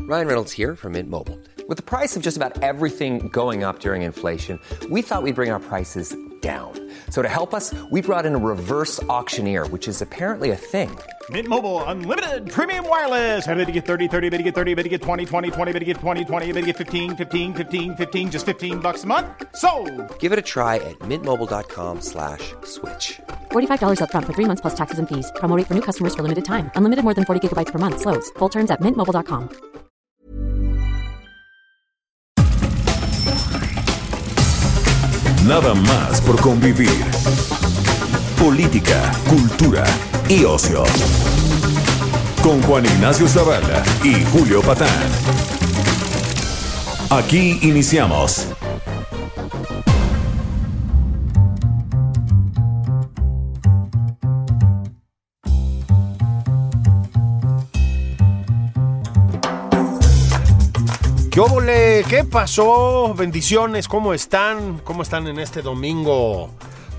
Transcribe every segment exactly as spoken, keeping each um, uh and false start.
Ryan Reynolds here from Mint Mobile. With the price of just about everything going up during inflation, we thought we'd bring our prices down. So to help us, we brought in a reverse auctioneer, which is apparently a thing. Mint Mobile Unlimited Premium Wireless. How to get thirty, thirty, how to get thirty, how to get twenty, twenty, twenty, how to get twenty, twenty, how to get fifteen, fifteen, fifteen, fifteen, just fifteen bucks a month? Sold! Give it a try at mintmobile.com slash switch. forty-five dollars up front for three months plus taxes and fees. Promo rate for new customers for limited time. Unlimited more than forty gigabytes per month. Slows full terms at mint mobile dot com. Nada más por convivir. Política, cultura y ocio. Con Juan Ignacio Zavala y Julio Patán. Aquí iniciamos. ¿Qué óvole? ¿Qué pasó? Bendiciones, ¿cómo están? ¿Cómo están en este domingo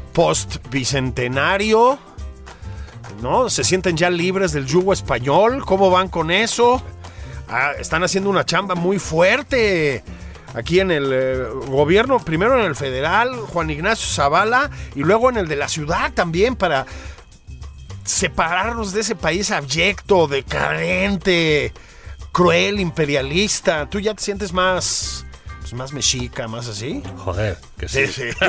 post-bicentenario? ¿No? ¿Se sienten ya libres del yugo español? ¿Cómo van con eso? Ah, están haciendo una chamba muy fuerte aquí en el eh, gobierno, primero en el federal, Juan Ignacio Zavala, y luego en el de la ciudad también, para separarnos de ese país abyecto, decadente, cruel, imperialista. ¿Tú ya te sientes más, pues más mexica, más así? Joder, que sí. Sí, sí.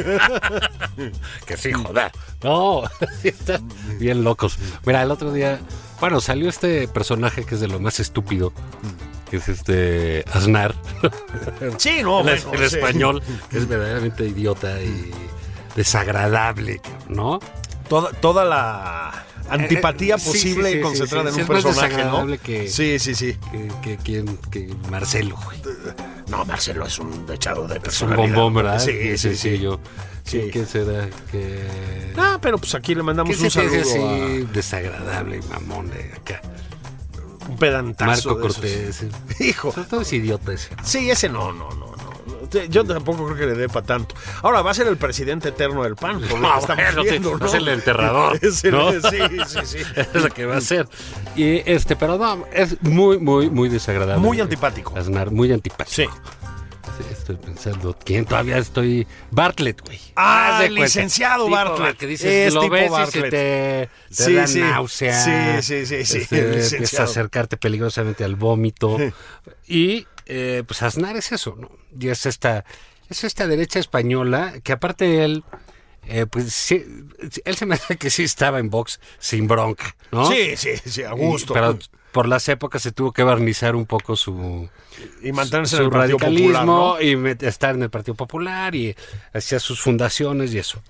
Que sí, joder. No, están bien locos. Mira, el otro día, bueno, salió este personaje que es de lo más estúpido, que es este Aznar. Sí, no, en, bueno, en sí. español, que es verdaderamente idiota y desagradable, ¿no? Toda, toda la antipatía Eh, sí, posible sí, sí, concentrada sí, sí. en un Es más personaje, ¿no? desagradable que- Sí, sí, sí. Que, que, que, que Marcelo, güey. No, Marcelo es un dechado de Es un personalidad. bombón, ¿verdad? Sí, sí, sí. Yo. Sí. ¿Qué será? Que... Ah, pero pues aquí le mandamos ¿Qué un se te hace saludo así desagradable y mamón de acá? a un pedantazo. Marco de esos. Cortés. Hijo. Sobre todo es idiota ese. Sí, ese no, no, no, no. Yo tampoco creo que le dé para tanto. Ahora va a ser el presidente eterno del P A N, por lo No, que estamos bueno, viendo, sí, ¿no? es el enterrador, Es el- ¿no? Sí, sí, sí. Es lo que va a ser. Y este, pero no, es muy, muy, muy desagradable. Muy antipático. Aznar, muy antipático. Sí. Sí, estoy pensando, ¿quién todavía estoy? Bartlett, güey. Ah, Haz de el cuenta. licenciado Tipo Bartlett. Que dices, Es lo tipo ves y se Bartlett. te, te Sí, da sí. náusea. Sí, sí, sí, sí, Este, el empiezas licenciado. a acercarte peligrosamente al vómito. Y eh, pues Aznar es eso, ¿no? Y es esta, es esta derecha española que aparte de él, eh, pues sí, él se me hace que sí estaba en Vox sin bronca, ¿no? Sí, sí, sí, a gusto. Y- pero por las épocas se tuvo que barnizar un poco su, Y mantenerse en su el Partido radicalismo Popular, ¿no? y met- estar en el Partido Popular y hacía sus fundaciones y eso.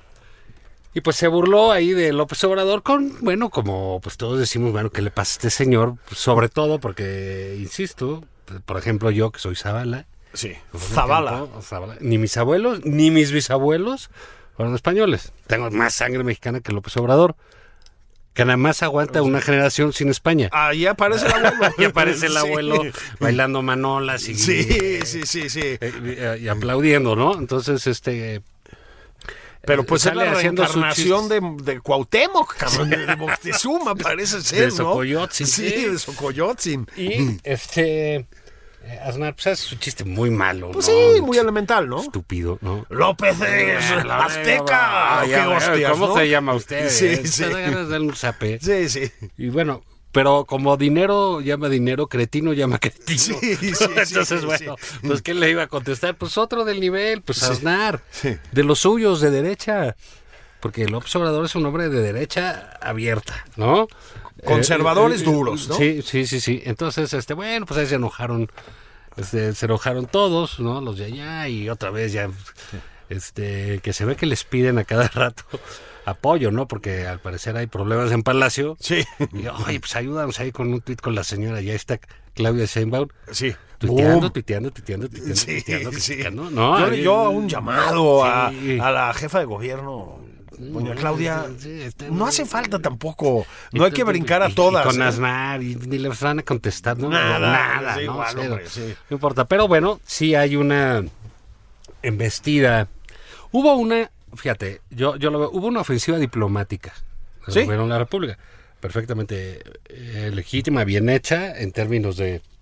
Y pues se burló ahí de López Obrador con, bueno, como pues todos decimos, bueno, ¿qué le pasa a este señor? Sobre todo porque, insisto, por ejemplo yo que soy Zavala. Sí, por mucho Zavala. tiempo, Zavala, ni mis abuelos, ni mis bisabuelos fueron españoles. Tengo más sangre mexicana que López Obrador, que nada más aguanta una generación sin España. Ahí aparece el abuelo. Y aparece el Sí. abuelo bailando manolas y, Sí, sí, sí, sí. y, y aplaudiendo, ¿no? Entonces, este... Pero pues es sale la haciendo su reencarnación de, de Cuauhtémoc, cabrón, de, de Moctezuma, parece ser, De ¿no? Xocoyotzin, Sí, sí. de Xocoyotzin. Y, este... eh, Aznar, pues es un chiste muy malo, Pues ¿no? sí, muy elemental, ¿no? Estúpido, ¿no? López es Azteca. Ay, qué a ver, hostias, ¿cómo ¿no? se llama usted? Sí, Eh, sí. te da ganas de darle un zape. Sí, sí. Y bueno, pero como dinero llama dinero, cretino llama cretino. Sí, sí, Entonces, sí, bueno, sí. pues ¿qué le iba a contestar? Pues otro del nivel, pues Sí. Aznar, Sí. de los suyos, de derecha. Porque López Obrador es un hombre de derecha abierta, ¿no? Conservadores Eh, eh, duros, ¿no? Sí, sí, sí, sí. Entonces, este, bueno, pues ahí se enojaron, este, se enojaron todos, ¿no? Los de allá y otra vez ya, este, que se ve que les piden a cada rato apoyo, ¿no? Porque al parecer hay problemas en Palacio. Sí. Y, oye, pues ayúdanos ahí con un tuit con la señora, ya está Claudia Sheinbaum. Sí. Tuiteando, Boom. tuiteando, tuiteando, tuiteando, Sí, tuiteando, sí. tuiteando, ¿no? Yo, Ahí- yo un llamado a, Sí. a la jefa de gobierno, doña Claudia. Sí, está- No hace falta tampoco. No hay que brincar a Y- y todas. con ¿eh? Aznar, y ni les van a contestar, ¿no? Nada, nada, sí, ¿no? igual, Cero. hombre, sí. No importa, pero bueno, sí hay una embestida. Hubo una, fíjate, yo, yo lo veo, hubo una ofensiva diplomática del ¿Sí? gobierno de la República, perfectamente eh, legítima, bien hecha en términos de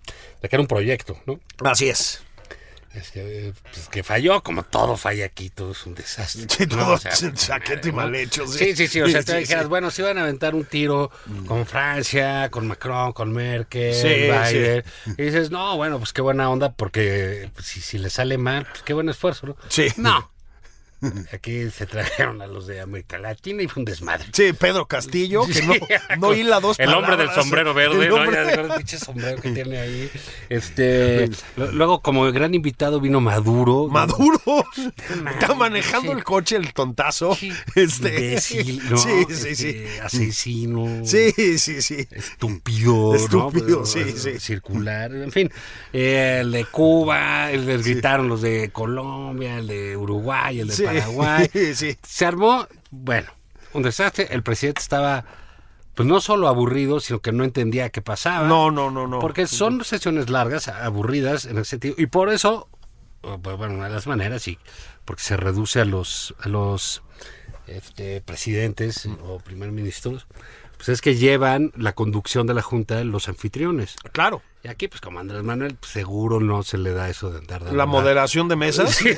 de que era un proyecto, ¿no? Así es. Este, pues, que falló, como todo falla aquí, todo es un desastre. Sí, ¿no? todo O sea, chaquete y mal hecho. Sí, sí, sí, o sea, Sí, te sí, dijeras, sí. bueno, si iban a aventar un tiro con Francia, con Macron, con Merkel, Sí, Biden, y dices, no, bueno, pues qué buena onda, porque pues, si, si le sale mal, pues qué buen esfuerzo, ¿no? Sí. No. Aquí se trajeron a los de América Latina y fue un desmadre. Sí, Pedro Castillo, que no, no hila dos El hombre del palabras. sombrero verde, El ¿no? hombre- Ya de el pinche sombrero que tiene ahí. Este, lo- luego, como gran invitado, vino Maduro. Maduro está manejando sí. el coche, el tontazo. Sí. Este, Imbécil, ¿no? sí, sí, Este, sí. asesino. Sí, sí, sí. Estúpido, Estúpido, ¿no? sí, Pero, sí. Circular, en fin. Eh, el de Cuba, el les gritaron los de Colombia, el de Uruguay, el de Sí, Paraguay. sí. Se armó, bueno, un desastre. El presidente estaba, pues no solo aburrido, sino que no entendía qué pasaba. No, no, no, no. Porque son sesiones largas, aburridas en ese sentido. Y por eso, pues, bueno, una de las maneras, sí, porque se reduce a los, a los este, presidentes o primer ministros, pues es que llevan la conducción de la Junta los anfitriones. Claro. Y aquí, pues como Andrés Manuel, pues, seguro no se le da eso de andar dando La moderación de mesas. Sí.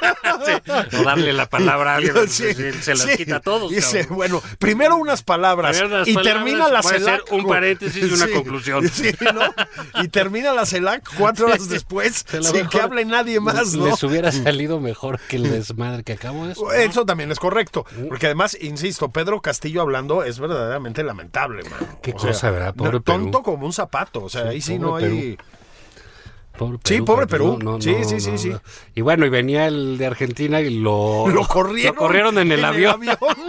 O darle la palabra a alguien, pues, Sí, se, se las sí. quita a todos. Dice, cabrón. bueno, primero unas palabras Primero unas y palabras, termina la puede CELAC. ser un con- paréntesis y una conclusión. Sí, ¿no? Y termina la CELAC cuatro horas después Se la sin mejor que hable nadie más, ¿no? Les hubiera salido mejor que el desmadre que acabo de eso. Eso también es correcto. Porque además, insisto, Pedro Castillo hablando es verdaderamente lamentable, mano. Qué O sea, cosa, ¿verdad? Pobre no, tonto Perú. como un zapato. O sea, Sí, ahí sí pobre no hay. Pobre Sí, pobre pero Perú. Sí, sí, sí, sí. Y bueno, y venía el de Argentina y lo, Lo corrieron, lo corrieron en el avión.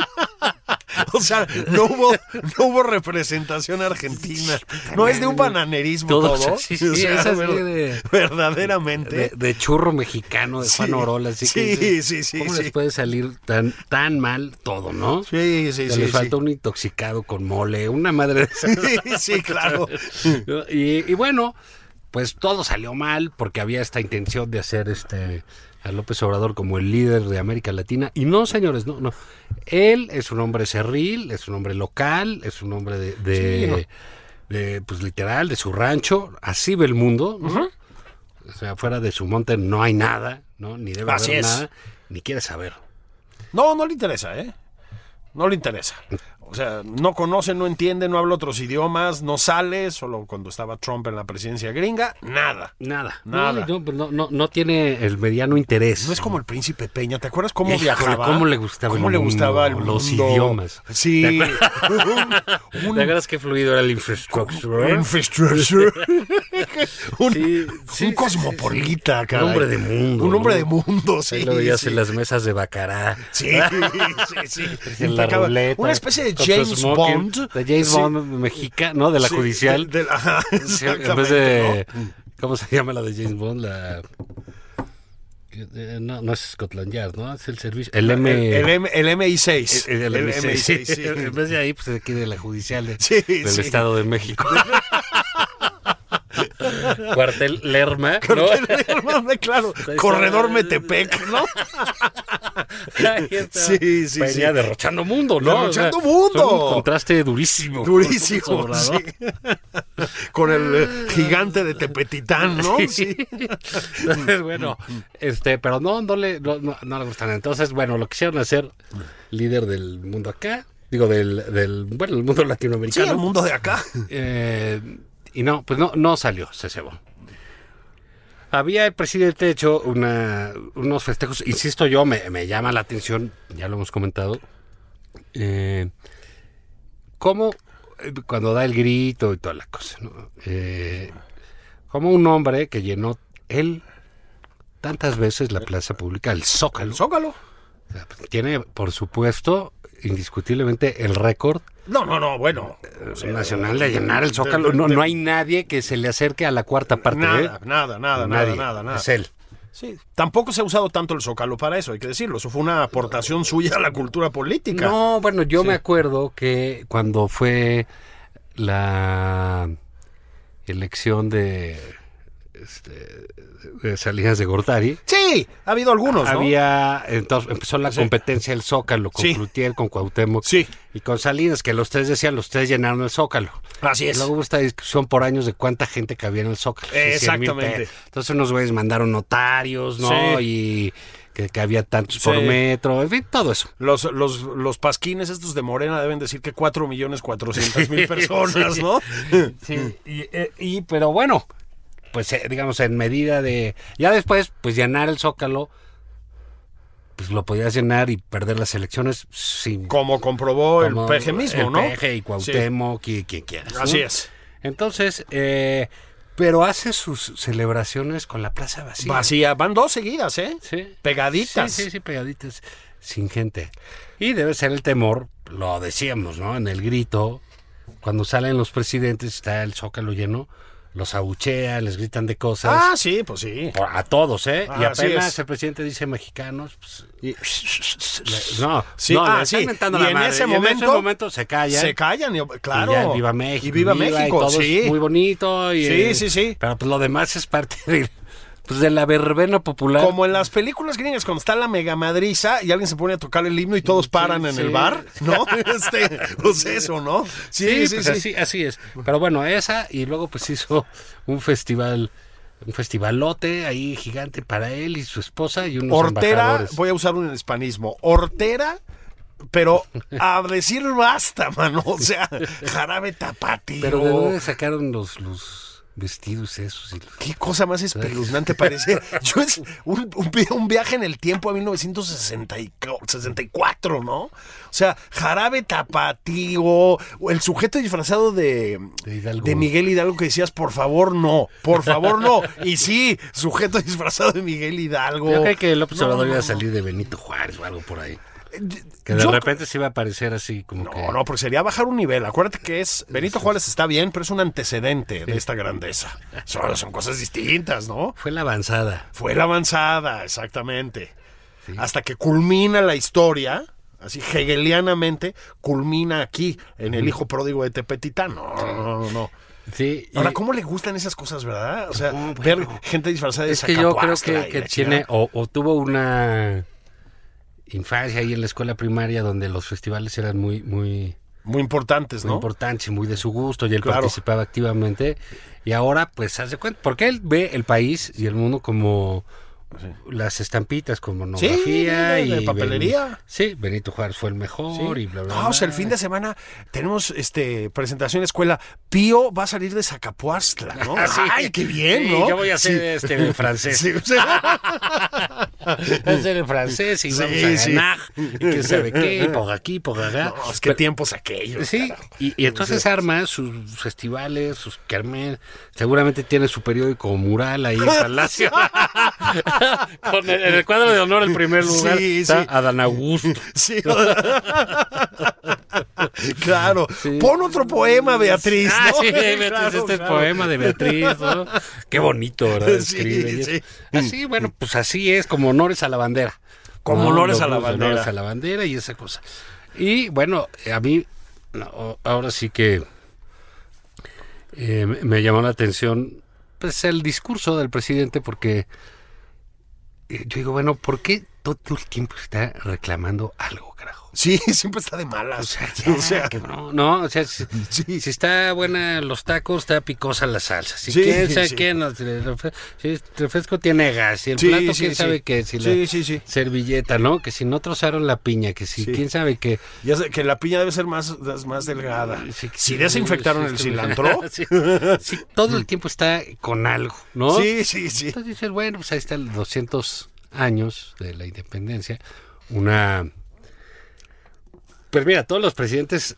O sea, no hubo, no hubo representación argentina. No es de un bananerismo Todo, todo. sí, sí, O sea, es así ver- de- verdaderamente. De, de churro mexicano de Juan Sí, Orola. Así sí, que dices, sí, sí, ¿cómo sí. les puede salir tan, tan mal todo, no? Sí, sí, O sea, sí. le sí. falta un intoxicado con mole, una madre de esas. Sí, sí, claro. Y, y bueno, pues todo salió mal porque había esta intención de hacer este a López Obrador como el líder de América Latina. Y no, señores, no, no. Él es un hombre cerril, es un hombre local, es un hombre de, de, Sí, no. de, pues literal, de su rancho. Así ve el mundo, ¿no? O sea, fuera de su monte no hay nada, ¿no? Ni debe Así haber es. nada, ni quiere saber. No, no le interesa, ¿eh? No le interesa. O sea, no conoce, no entiende, no habla otros idiomas, no sale, solo cuando estaba Trump en la presidencia gringa, nada. Nada. Nada. No, no, no, no, no tiene el mediano interés. No es como el príncipe Peña, ¿te acuerdas cómo Híjole, viajaba? cómo le gustaba ¿Cómo el le mundo, gustaba el mundo? los idiomas. Sí. ¿Te un, un ¿Te acuerdas qué fluido era el infrastructure? infrastructure. un, Sí, un sí, cosmopolita, Un caray. hombre de mundo. Un hombre ¿no? de mundo, sí. Ahí lo veías sí. en las mesas de Bacará. Sí, sí, sí. En la Impecable. ruleta, Una especie de con su James smoking, Bond. De James Sí. Bond mexicano, ¿no? De la Sí, judicial. de- de- ajá, Sí, en vez exactamente, de... ¿no? ¿Cómo se llama la de James Bond? La... eh, No, no es Scotland Yard, ¿no? Es el servicio... El M... El, el M, el M I seis. el- el M seis, M I seis, sí. En vez de ahí, pues aquí de la judicial de- Sí, del sí. Estado de México. Cuartel Lerma, ¿no? Claro, corredor Metepec, ¿no? Ahí está. Sí, sí, Venía sí. derrochando mundo, ¿no? Derrochando O sea, mundo. son un contraste durísimo. Durísimo, Con López sí. Obrador. Con el eh, gigante de Tepetitán, ¿no? Sí. Entonces, bueno, este, pero no, no le, no, no, no le gustan. Entonces, bueno, lo quisieron hacer líder del mundo acá, digo, del, del bueno, el mundo Sí, latinoamericano. el mundo de acá. Eh, y no, pues no, no salió, se cebó. Había el presidente hecho una, unos festejos, insisto yo, me, me llama la atención, ya lo hemos comentado, eh, cómo eh, cuando da el grito y toda la cosa, ¿no? Eh, como un hombre que llenó él tantas veces la plaza pública, el Zócalo, El Zócalo. o sea, tiene, por supuesto, indiscutiblemente el récord No, no, no, bueno. nacional de llenar el Zócalo. No, no hay nadie que se le acerque a la cuarta parte. Nada, ¿eh? nada, nada, Nadie. nada, nada, nada. Es él. Sí, tampoco se ha usado tanto el Zócalo para eso, hay que decirlo. Eso fue una aportación suya a la cultura política. No, bueno, yo me acuerdo que cuando fue la elección de este, de Salinas de Gortari. Sí, ha habido algunos, ¿no? Había, entonces empezó la Sí. competencia del Zócalo con Sí. Cloutier, con Cuauhtémoc Sí. y con Salinas, que los tres decían, los tres llenaron el Zócalo. Así es. Y luego hubo esta discusión por años de cuánta gente cabía en el Zócalo. si cien mil Exactamente. pe- Entonces unos güeyes mandaron notarios, ¿no? Sí. Y que, que había tantos Sí. por metro, en fin, todo eso. Los, los, los pasquines estos de Morena deben decir que cuatro millones cuatrocientas mil personas, Sí. ¿no? Sí, y, eh, y- pero bueno, pues eh, digamos en medida de... Ya después, pues llenar el Zócalo, pues lo podías llenar y perder las elecciones sin... Como comprobó el como P G mismo, el ¿no? P G y Cuauhtémoc y quien quieras. ¿no? Así es. Entonces, eh, pero hace sus celebraciones con la plaza vacía. Vacía. Van dos seguidas, ¿eh? Sí. Pegaditas. Sí, sí, sí, pegaditas, sin gente. Y debe ser el temor, lo decíamos, ¿no? En el grito, cuando salen los presidentes, está el Zócalo lleno, los abuchean, les gritan de cosas. Ah, sí, pues sí. Por- a todos, ¿eh? Ah, y así apenas es. el presidente dice mexicanos, pues, Y- le- no, Sí, no, ah, le están sí. mentando Y la en madre. ese Y momento- en ese momento se callan. Se callan, y- claro. Y ya, viva México. Y viva, y México, todo sí. es muy bonito. Y, Sí, eh, sí, sí. Pero pues lo demás es parte de, pues, de la verbena popular. Como en las películas gringas, cuando está la mega madriza y alguien se pone a tocar el himno y todos paran en sí. el bar, ¿no? Este, pues eso, ¿no? Sí, pues Así, así es. Pero bueno, esa, y luego pues hizo un festival, un festivalote ahí gigante para él y su esposa y unos Hortera, embajadores. voy a usar un hispanismo. Hortera, pero a decir basta, mano. O sea, jarabe tapatío. Pero ¿de dónde sacaron los, los vestidos esos? Y los... Qué cosa más espeluznante parece. Yo es un, un vi- un viaje en el tiempo a mil novecientos sesenta y cuatro, ¿no? O sea, jarabe tapatío, el sujeto disfrazado de, De Hidalgo. de Miguel Hidalgo que decías, por favor, no, por favor, no. Y sí, sujeto disfrazado de Miguel Hidalgo. Yo creo que López No, Obrador no, iba a no. salir de Benito Juárez o algo por ahí. Que de Yo- repente se iba a aparecer así como No, que... no, porque sería bajar un nivel. Acuérdate que es Benito Juárez está bien, pero es un antecedente de esta grandeza. Son, son cosas distintas, ¿no? Fue la avanzada. Fue la avanzada, exactamente. Hasta que culmina la historia, así hegelianamente, culmina aquí, en el hijo pródigo de Tepetitán. No, no, no, no. Sí. y- Ahora, ¿cómo le gustan esas cosas, verdad? O sea, No, ver bueno. gente disfrazada de Es que yo creo Zacapuastla que, y que la tiene chingada. o, o tuvo una infancia ahí en la escuela primaria donde los festivales eran muy muy, Muy importantes, muy ¿no? importantes y muy de su gusto y él Claro. participaba activamente y ahora pues hace cuenta porque él ve el país y el mundo como las estampitas con monografía de- y de papelería. Ben- sí, Benito Juárez fue el mejor y bla bla. No, bla. o sea, el fin de semana tenemos este presentación en escuela. Pío va a salir de Zacapuastla, ¿no? Sí. Ay, qué bien, Sí, ¿no? yo voy a hacer Sí. este el francés. Sí, o sea, Voy a hacer el francés y Sí, vamos a sí. ganar y quién sabe qué, y por aquí, por acá. no, es que tiempos aquellos. Sí, carajo. y, y entonces arma sus festivales, sus kermés, seguramente tiene su periódico mural ahí en Palacio. Con el, en el cuadro de honor el primer lugar Sí, está sí. Adán Augusto. Sí. Claro. Sí. Pon otro poema, Beatriz. Ah, ¿no? sí, Beatriz, Claro, este es claro. poema de Beatriz, ¿no? Qué bonito, ¿verdad? Sí, Escribe. y es- sí. Así, bueno, pues así es, como honores a la bandera. Como ¿no? honores Los a la honores bandera. a la bandera y esa cosa. Y bueno, a mí, no, ahora sí que eh, me- me llamó la atención pues el discurso del presidente porque eh, yo digo, bueno, ¿por qué todo el tiempo está reclamando algo, carajo? Sí, siempre está de malas. O sea, ya, O sea, que no, no, o sea, si, Sí. si está buena los tacos, está picosa la salsa. Si Sí, quién sabe sí. qué, no, si el refre- si el refresco tiene gas, si el Sí, plato sí, quién sí. sabe qué, si Sí, la sí, sí. servilleta, ¿no? Que si no trozaron la piña, que si Sí. quién sabe qué. Ya sé que la piña debe ser más, más delgada. Sí, Si sí, desinfectaron sí, el sí, cilantro. sí, sí, todo el tiempo está con algo, ¿no? Sí, sí, sí. Entonces dices, bueno, pues ahí están doscientos años de la independencia, una... Pues mira, todos los presidentes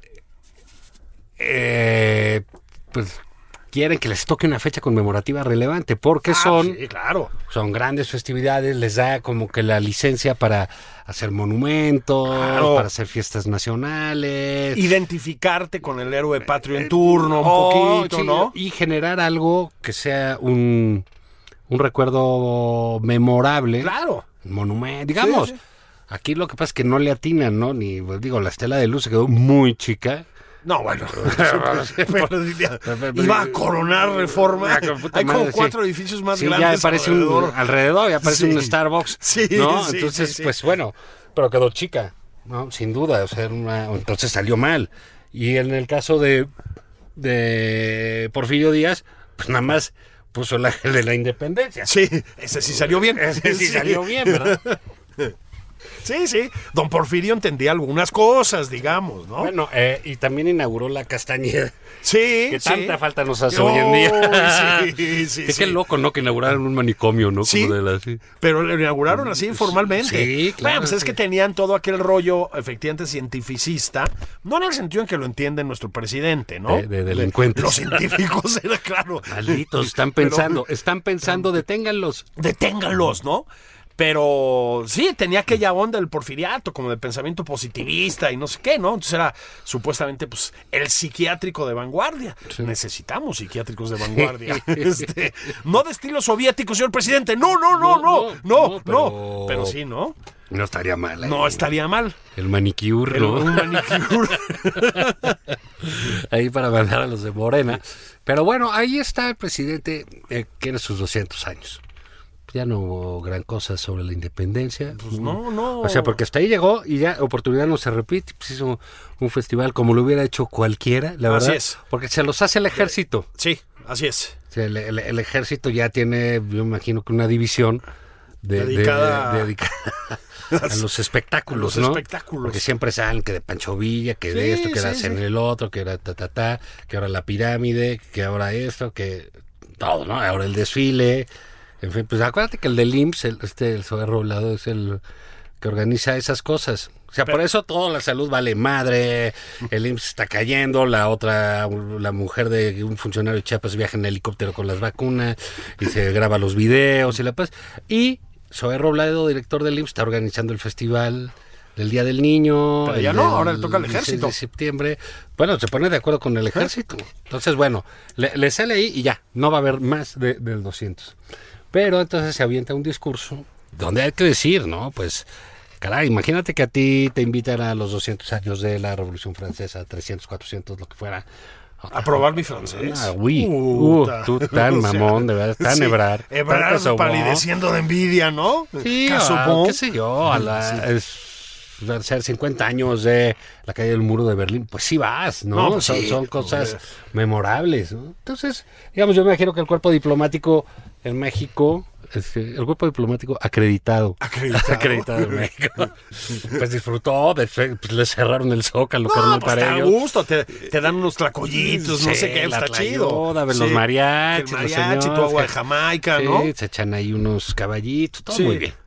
eh, pues quieren que les toque una fecha conmemorativa relevante, porque Ah, son, sí, claro. son grandes festividades, les da como que la licencia para hacer monumentos, Claro. para hacer fiestas nacionales. Identificarte con el héroe patrio en turno, un Oh, poquito, sí, ¿no? Y generar algo que sea un, un recuerdo memorable. Claro. Un monumento, digamos. Sí, sí. Aquí lo que pasa es que no le atinan, ¿no? Ni, pues, digo, la estela de luz se quedó muy chica. No, bueno. pero, iba a coronar Reforma. Hay como madre, cuatro sí. edificios más sí, grandes ya aparece alrededor. Un, alrededor, ya aparece Sí. un Starbucks. Sí, ¿no? sí, Entonces, sí, sí. pues bueno, pero quedó chica, ¿no? Sin duda, o sea, era una, entonces salió mal. Y en el caso de, de Porfirio Díaz, pues nada más puso el ángel de la independencia. Sí, ese sí salió bien. Ese sí salió bien, ¿verdad? Sí, sí. Don Porfirio entendía algunas cosas, digamos, ¿no? Bueno, eh, y también inauguró la Castañeda. Sí, Que sí. tanta falta nos hace hoy en día. Uy, sí, sí, Es sí. que loco, ¿no? Que inauguraron un manicomio, ¿no? Sí, Como de la, sí. pero lo inauguraron así formalmente. Sí, claro, Bueno, pues es sí. que tenían todo aquel rollo efectivamente cientificista, no en el sentido en que lo entiende nuestro presidente, ¿no? De- de delincuentes. Los científicos era claro. Malditos, están Pero- pensando, están pensando, deténganlos. Deténganlos, ¿no? Pero sí, tenía aquella onda del porfiriato, como de pensamiento positivista y no sé qué, ¿no? Entonces era supuestamente pues el psiquiátrico de vanguardia. Necesitamos psiquiátricos de vanguardia. Este, no de estilo soviético, señor presidente. No, no, no, no, no, no. no, no, pero- pero... sí, ¿no? No estaría mal. No ahí. estaría mal. El manicure, El- ¿no? un manicure. Ahí para mandar a los de Morena. Pero bueno, ahí está el presidente, eh, que en sus doscientos años. Ya no hubo gran cosa sobre la independencia. Pues no, no. O sea, porque hasta ahí llegó y ya oportunidad no se repite. Pues hizo un festival como lo hubiera hecho cualquiera, la Así verdad. es. Porque se los hace el ejército. Sí, así es. O sea, el, el- el ejército ya tiene, yo imagino que una división de, de- Dedicada- de- dedicada a los espectáculos, A los ¿no? espectáculos. Porque siempre salen que de Pancho Villa, que Sí, de esto, que era sí, en sí. el otro, que era ta, ta, ta, que ahora la pirámide, que ahora esto, que todo, ¿no? Ahora el desfile. En fin, pues acuérdate que el del I M S S, el, este, el Zoé Roblado, es el que organiza esas cosas. O sea, Pero- por eso toda la salud vale madre, el I M S S está cayendo, la otra, la mujer de un funcionario de Chiapas viaja en helicóptero con las vacunas y se graba los videos y la paz. Y Zoé Robledo, director del I M S S, está organizando el festival del Día del Niño. Pero ya el no, del ahora le toca al dieciséis ejército. de septiembre. Bueno, se pone de acuerdo con el ejército. Entonces, bueno, le, le sale ahí y ya, no va a haber más de, del doscientos. Pero entonces se avienta un discurso donde hay que decir, ¿no? Pues, caray, imagínate que a ti te invitan a los doscientos años de la Revolución Francesa, trescientos, cuatrocientos, lo que fuera. A probar mi francés. Ah, uy, uh, Puta. tú tan O sea, mamón, de verdad, tan sí, Ebrard. Ebrard tan Casaubon. palideciendo de envidia, ¿no? Sí, Casaubon. ah, qué sé yo, a la, es, o sea, cincuenta años de la caída del muro de Berlín, pues sí vas, ¿no? No, pues son, sí, son cosas hombre. memorables, ¿no? Entonces, digamos, yo me imagino que el cuerpo diplomático en México, este, el cuerpo diplomático acreditado, Acreditado. acreditado en México, pues disfrutó, de, pues le cerraron el zócalo, No, carnal, pues para te da ellos. gusto, te, te dan unos tlacoyitos, no Sí, sé qué, la está chido. tlayuda, ver los mariachis, el los mariachi, tu señores, agua de que- Jamaica, Sí, ¿no? se echan ahí unos caballitos, todo Sí. muy bien.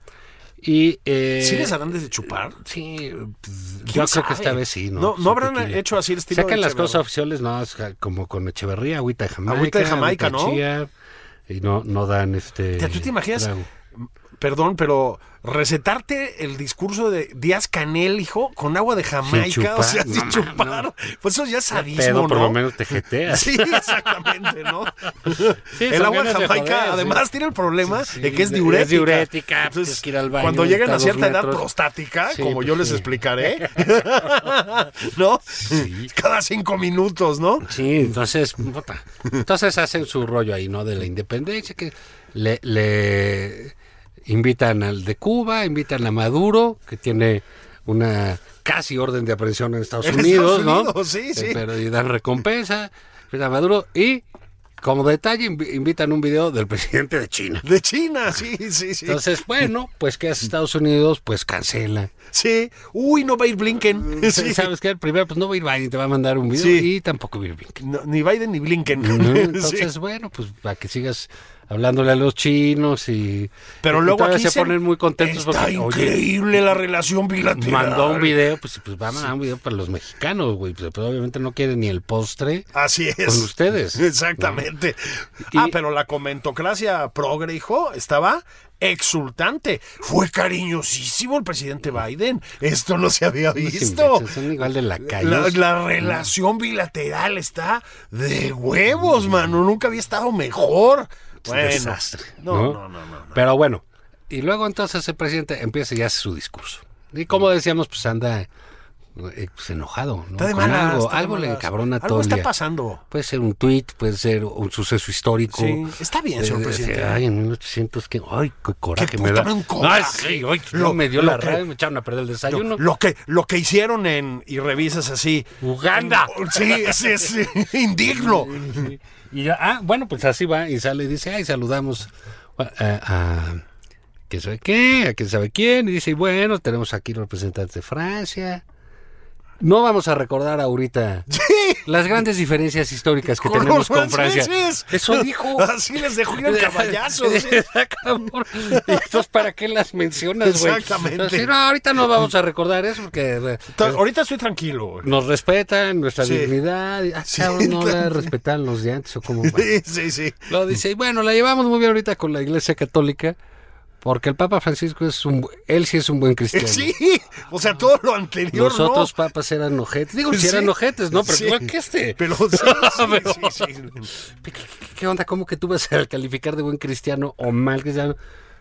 Y, eh, ¿Sí les harán desde chupar? Sí, pues, ¿Quién yo creo sabe? que esta vez sí, ¿no? No, Pues, no habrán tequila. hecho así el estilo Sacan de las Echeverría. cosas oficiales, no, es ja- como con Echeverría, agüita de Jamaica. Agüita de Jamaica, agüita ¿no? chía, y no, no dan este... ¿Tú te imaginas? trago. Perdón, pero recetarte el discurso de Díaz Canel, hijo, con agua de Jamaica, chupar, o sea, no, sin no, chupar. no. Pues eso ya es sadismo, Pero ¿no? por lo menos te jeteas. Sí, exactamente, ¿no? Sí, el son agua de ganas de Jamaica, joder, además, sí. tiene el problema Sí, de que es es diurética. diurética, Entonces, tienes que ir al baño, cuando lleguen está a cierta dos edad metros. prostática, Sí, como pues yo les sí. explicaré, ¿no? Cada cinco minutos, ¿no? Sí, entonces, puta. Entonces hacen su rollo ahí, ¿no? De la independencia, que le, le invitan al de Cuba, invitan a Maduro, que tiene una casi orden de aprehensión en Estados En Unidos, Estados ¿no? Unidos, sí, sí. Eh, Pero y dan recompensa, invitan a Maduro y, como detalle, invi- invitan un video del presidente de China. De China, sí, sí, sí. Entonces, bueno, pues ¿qué hace Estados Unidos? Pues cancela. Sí. Uy, no va a ir Blinken. Sí. ¿Sabes qué? Primero, pues no va a ir Biden, te va a mandar un video Sí. y tampoco va a ir Blinken. No, ni Biden ni Blinken. ¿no? Sí. Entonces, bueno, pues para que sigas hablándole a los chinos y... Pero y luego todavía aquí se se- ponen muy contentos Está porque, oye, increíble la relación bilateral. mandó un video, pues, pues va a mandar un video para los mexicanos, güey, pues, pero obviamente no quieren ni el postre Así es. con ustedes. Exactamente. Y- Ah, pero la comentocracia progre, hijo, estaba exultante. Fue cariñosísimo el presidente Biden. Esto no se había Unos visto. imbéciles, son igual de lacayos. La, la relación bilateral está de huevos, mano. Nunca había estado mejor. Es un Bueno, desastre. No, ¿no? no, no, no, no. Pero bueno, y luego entonces el presidente empieza y hace su discurso. Y como decíamos, pues anda eh, pues enojado, ¿no? Está de Con malas, algo, está de algo le malas. encabrona Algo todo el está día. pasando. Puede ser un tuit, puede ser un suceso histórico. Sí, está bien, señor Eh, presidente. Ay, en mil ochocientos, que, ay, qué coraje Qué me puta, da. un coraje. Ay, sí, ay, Lo- no me dio lo la que- radio, me echaron a perder el desayuno. Lo, lo que, lo que hicieron en, y revisas así. Uganda. Sí, es, es indigno. Y ya, ah, bueno, pues así va y sale y dice, ay, saludamos a, a, a ¿quién sabe qué? ¿A quién sabe quién? Y dice, bueno, tenemos aquí representantes de Francia. No vamos a recordar ahorita Sí. las grandes diferencias históricas que Con tenemos los con Francia. franceses. Eso dijo. Así les dejó ir el caballazo. sí. Y entonces, ¿para qué las mencionas, güey? Exactamente. Entonces, no, ahorita no vamos a recordar eso porque eh, Ta- Ahorita estoy tranquilo. güey. nos respetan nuestra Sí. dignidad. Y, ah, Sí, cabrón, no claro. la respetan los de antes o cómo va. Sí, sí, sí. Lo dice, y bueno, la llevamos muy bien ahorita con la Iglesia Católica, porque el Papa Francisco es un, bu- él sí es un buen cristiano. Sí, o sea, todo lo anterior, Los ¿no? otros papas eran ojetes. Digo, si Sí. eran ojetes, ¿no? Pero Sí. igual que este. Pero sí, sí, Pero- sí, sí. ¿Qué, qué- qué onda? ¿Cómo que tú vas a calificar de buen cristiano o mal cristiano?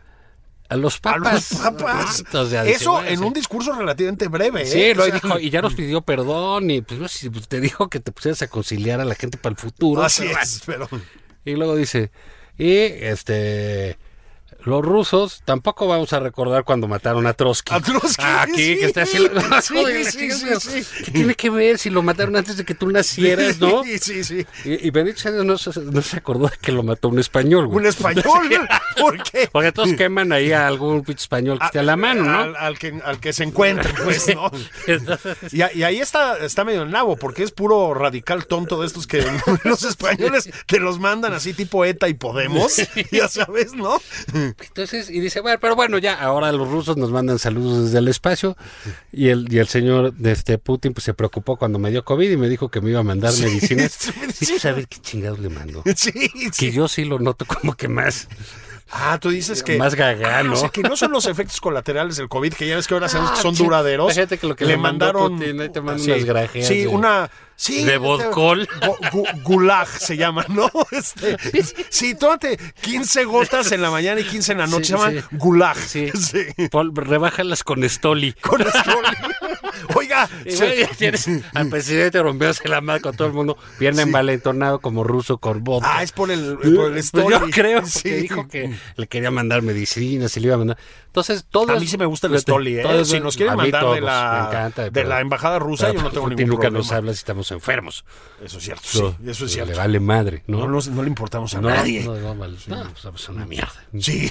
A los A papas. los papas. O sea, dice, Eso bueno, en sí. un discurso relativamente breve. ¿eh? Sí, lo O sea, dijo, y ya nos pidió perdón, y pues, no sé, pues, te dijo que te pusieras a conciliar a la gente para el futuro. Así pero- es, pero... Y luego dice, y este, los rusos tampoco vamos a recordar cuando mataron a Trotsky. A Trotsky, Aquí, sí. que está así. Sí, sí, sí, sí. ¿Qué tiene que ver si lo mataron antes de que tú nacieras, no? Sí, sí, sí. Y, y bendito sea Dios, no se, no se acordó de que lo mató un español, güey. Un español. ¿Por qué? Porque todos queman ahí a algún pinche español que esté a la mano, ¿no? Al, al que, al que se encuentre, pues, ¿no? Entonces, Y, a- y ahí está, está medio el nabo, porque es puro radical tonto de estos que los españoles te los mandan así tipo ETA y Podemos, ya sabes, ¿no? Entonces, y dice, bueno, pero bueno, ya, ahora los rusos nos mandan saludos desde el espacio, y el, y el señor de este Putin pues se preocupó cuando me dio COVID y me dijo que me iba a mandar medicinas. sí, Y sí. tú sabes qué chingados le mando. Sí, Que sí. yo sí lo noto como que más, Ah, tú dices que... más gaga, Ah, ¿no? o sea, que no son los efectos colaterales del COVID, que ya ves que ahora sabemos que son sí. duraderos. Fíjate que lo que le mandó Putin, ahí te manda sí, unas grajeas Sí, de- una... Sí, de vodcol. gu- gu- gulag se llama, ¿no? Este, sí, tómate quince gotas en la mañana y quince en la noche. Sí, se llama sí. gulag. Sí. Sí. Pol- rebájalas con Stoli. Con esto. Oiga, Y se- bueno, ya tienes al presidente rompiéndose la madre con todo el mundo, bien envalentonado como ruso con vodka. ah, es por el, por el Pues story. yo creo que Sí. dijo que le quería mandar medicinas y le iba a mandar. Entonces, todo A es- mí sí me gusta el fíjate, Stoli, ¿eh? todo es- Si nos quieren a mí mandar de todos, la, me encanta, de pero- la embajada rusa, pero yo no tengo Putin ningún nunca problema. nos habla si estamos enfermos. Eso es cierto, sí, eso es cierto. Le vale madre, ¿no? No, nos- no le importamos a No, nadie. no, no, vale. No, pues, somos una mierda. Sí.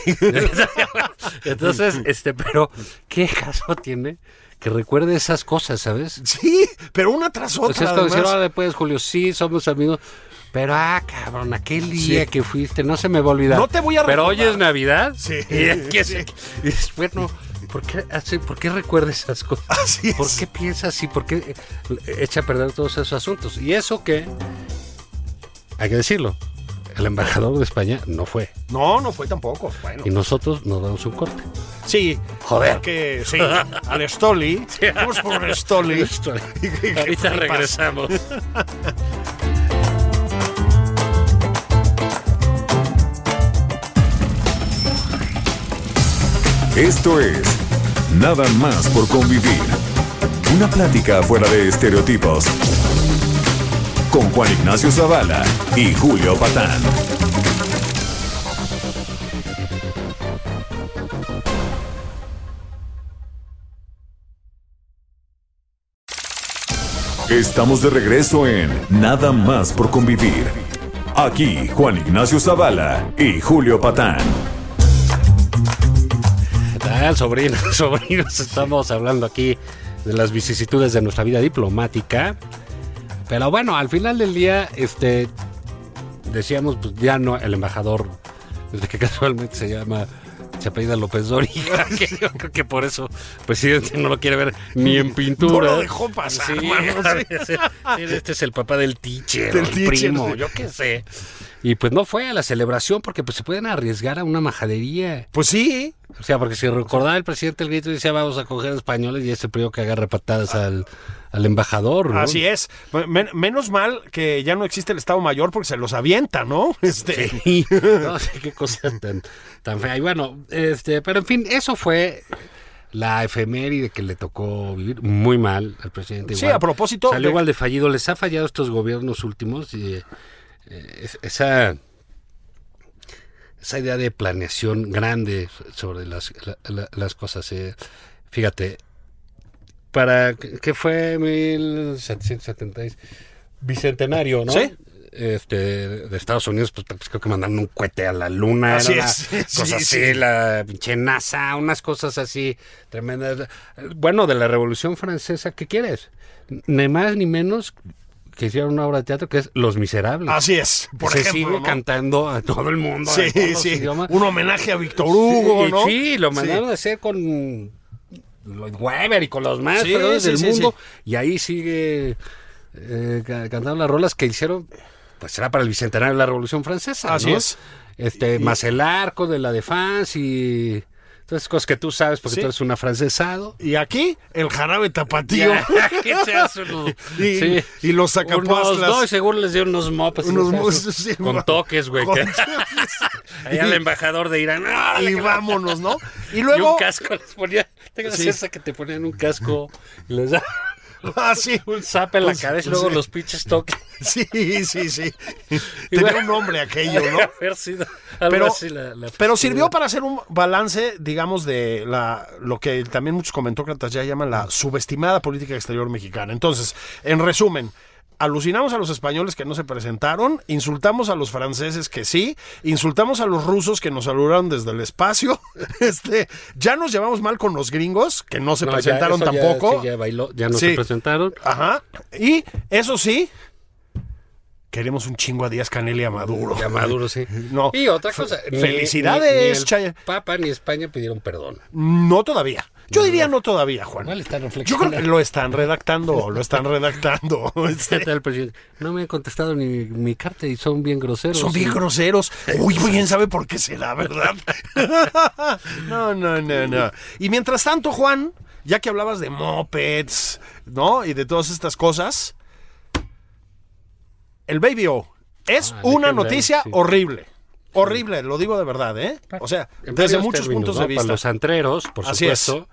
Entonces, este, pero, ¿qué caso tiene que recuerde esas cosas, sabes? Sí, pero una tras O otra. sea, es como decir, además. ahora después, Julio, sí, somos amigos. Pero, ah, cabrón, aquel día Sí. que fuiste, no se me va a olvidar. No te voy a Pero hoy recordar. es Navidad. Sí. Y, aquí es- Sí. y después, no, ¿por qué, hace, ¿por qué recuerda esas cosas? Así es. ¿Por qué piensa así? ¿Por qué eh, echa a perder todos esos asuntos? Y eso que, hay que decirlo, el embajador de España no fue. No, no fue tampoco. Bueno. Y nosotros nos damos un corte. Sí. Joder. Que sí, al Stoli. Vamos por el Stoli. Ahorita regresamos. Esto es Nada más por convivir. Una plática fuera de estereotipos. Con Juan Ignacio Zavala y Julio Patán. Estamos de regreso en Nada más por convivir. Aquí Juan Ignacio Zavala y Julio Patán. ¿Qué tal, sobrinos, sobrinos? Estamos hablando aquí de las vicisitudes de nuestra vida diplomática. Pero bueno, al final del día, este, decíamos, pues ya no, el embajador, desde que casualmente se llama, se apellida López Dóriga, que yo creo que por eso el presidente no lo quiere ver ni en pintura. No lo dejó pasar, Sí, mano, sí. este es el papá del teacher, Del el teacher, primo, sí. yo qué sé. Y pues no fue a la celebración porque pues se pueden arriesgar a una majadería. Pues sí. O sea, porque si recordaba el presidente el grito y decía vamos a coger españoles y es el primero que agarra patadas al, al embajador, ¿no? Así es. Men- menos mal que ya no existe el Estado Mayor porque se los avienta, ¿no? Este. Sí. No sé qué cosa tan, tan fea. Y bueno, este, pero en fin, eso fue la efeméride que le tocó vivir muy mal al presidente. Sí, igual. a propósito... Salió de... igual de fallido. Les ha fallado estos gobiernos últimos. Y, eh, esa, esa idea de planeación grande sobre las, la, la, las cosas. Eh. Fíjate, para... ¿Qué fue? mil setecientos setenta y seis Bicentenario, ¿no? Sí. Este, de Estados Unidos, pues, pues creo que mandaron un cohete a la luna, así era es, una sí, cosa sí, así, sí. la pinche NASA, unas cosas así tremendas. Bueno, de la Revolución Francesa, ¿qué quieres? Ni más ni menos que hicieron una obra de teatro que es Los Miserables. Así es, por Se ejemplo, sigue ¿no? cantando a todo el mundo. Sí, en todos los sí, idiomas. un homenaje a Víctor Hugo, Sí, ¿no? sí, lo mandaron a hacer con Lloyd Webber y con los más Sí, feroces sí, del sí, mundo. sí. Y ahí sigue eh, ca- cantando las rolas que hicieron, pues será para el bicentenario de la Revolución Francesa. Así ¿no? es. Este, más el arco de la Défense y todas esas cosas que tú sabes porque Sí. tú eres un afrancesado. Y aquí, el jarabe tapatío. Ya, ¿qué se hace uno? Y, Sí. y los Unos sacapastlas. dos, seguro les dio unos mopes. Unos unos mopes, esos, sí, con ma- toques, güey. con que- toques. Allá el embajador de Irán. ¡órale, Y que- vámonos, ¿no? Y Y luego... un casco les ponía. Te Sí. esa que te ponían un casco y les da Ah, sí. un zap en la Pues, cabeza y pues, luego sí. los pinches toques. Sí, sí, sí. Y Tenía bueno, un nombre aquello, ¿no? haber sido algo Pero, así la- la pero festividad. sirvió para hacer un balance, digamos, de la lo que también muchos comentócratas ya llaman la subestimada política exterior mexicana. Entonces, en resumen, alucinamos a los españoles que no se presentaron, insultamos a los franceses que sí, insultamos a los rusos que nos saludaron desde el espacio, este, ya nos llevamos mal con los gringos que no se No, ya, presentaron eso ya- tampoco. sí, ya bailó, ya no Sí. se presentaron. Ajá. Y eso sí, queremos un chingo a Díaz Canel y a Maduro. Ya Maduro, sí. No. Y otra cosa. ni- Felicidades, ni, ni el Chay. Papa ni España pidieron perdón. No todavía. Yo diría no todavía, Juan. Igual están Yo creo reflexionando. que lo están redactando, lo están redactando. Este, Fíjate al presidente. No me han contestado ni mi carta y son bien groseros. son bien Sí. groseros. Uy, bien sabe por qué será, ¿verdad? No, no, no, no. Y mientras tanto, Juan, ya que hablabas de mopeds, ¿no? Y de todas estas cosas, el Baby O es Ah, una déjenme, noticia sí. horrible. Horrible, lo digo de verdad, ¿eh? O sea, En desde varios muchos términos, puntos ¿no? de vista. Para los antreros, por Así es. supuesto.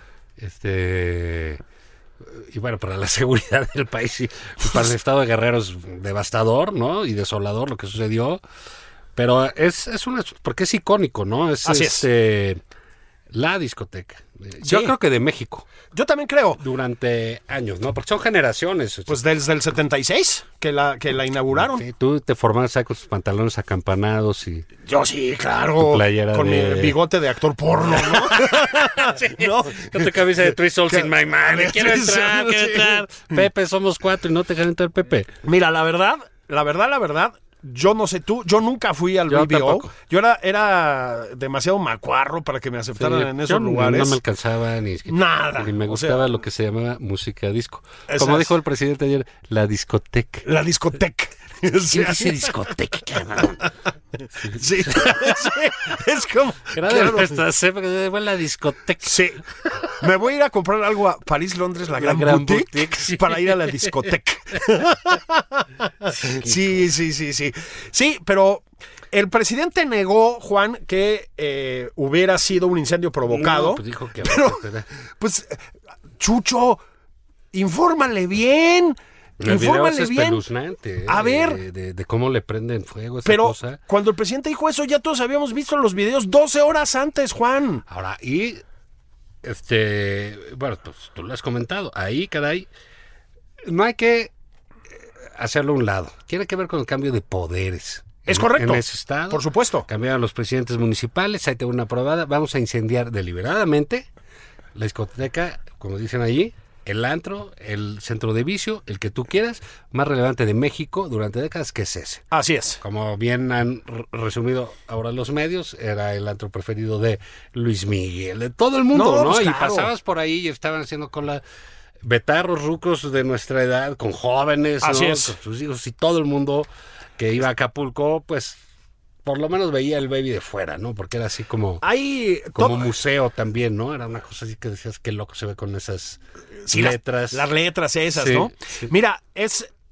Este. Y bueno, para la seguridad del país y para el estado de Guerrero es devastador, ¿no? Y desolador lo que sucedió. Pero es, es una. Porque es icónico, ¿no? Es Así es. este. La discoteca. Yo Sí. creo que de México. Yo también creo. Durante años, ¿no? Porque son generaciones. Pues desde el setenta y seis que la, que la inauguraron. Sí, tú te formabas ahí con tus pantalones acampanados y. Yo sí, claro. Tu playera con de- mi bigote de actor porno, ¿no? ¿No? Con tu camisa de Three Souls Que- in my mind. Quiero Sí, entrar, sí. quiero entrar. Pepe, somos cuatro y no te dejan entrar, Pepe. Mira, la verdad, la verdad, la verdad, yo no sé tú, yo nunca fui al Yo B B O. tampoco. Yo era, era demasiado macuarro para que me aceptaran en esos Yo lugares. No me alcanzaba ni, Nada. ni me O gustaba sea, lo que se llamaba música disco. Esas- Como dijo el presidente ayer, la discoteca. La discoteca. O sea, discoteca? sí, sí, es como... Era de claro. nuestras épocas, fue la discoteca. Sí. Me voy a ir a comprar algo a París, Londres, la, gran, Gran boutique, Boutique, sí. para ir a la discoteca. Sí, sí, sí, sí. Sí, pero el presidente negó, Juan, que eh, hubiera sido un incendio provocado. No, pues dijo que pero, pues, Chucho, infórmale bien. el video Infórmale es bien. espeluznante. A eh, ver. De, de- de cómo le prenden fuego esa Pero cosa. cuando el presidente dijo eso, ya todos habíamos visto los videos doce horas antes, Juan. Ahora, y este, bueno, pues tú lo has comentado, ahí, caray, no hay que eh, hacerlo a un lado. Tiene que ver con el cambio de poderes. Es En- correcto. En ese estado. Por supuesto. Cambiaron los presidentes municipales, ahí tengo una aprobada. Vamos a incendiar deliberadamente la discoteca, como dicen allí, el antro, el centro de vicio, el que tú quieras, más relevante de México durante décadas, que es ese. Así es. Como bien han r- resumido ahora los medios, era el antro preferido de Luis Miguel, de todo el mundo, No, ¿no? pues, Y claro. pasabas por ahí y estaban haciendo con la betarros rucos de nuestra edad, con jóvenes, Así ¿no? es. Con sus hijos y todo el mundo que iba a Acapulco, pues por lo menos veía el Baby de fuera, ¿no? Porque era así como, Hay como to- museo también, ¿no? Era una cosa así que decías, qué loco se ve con esas Sí, las- letras. Las, letras esas, Sí, ¿no? sí. Mira, es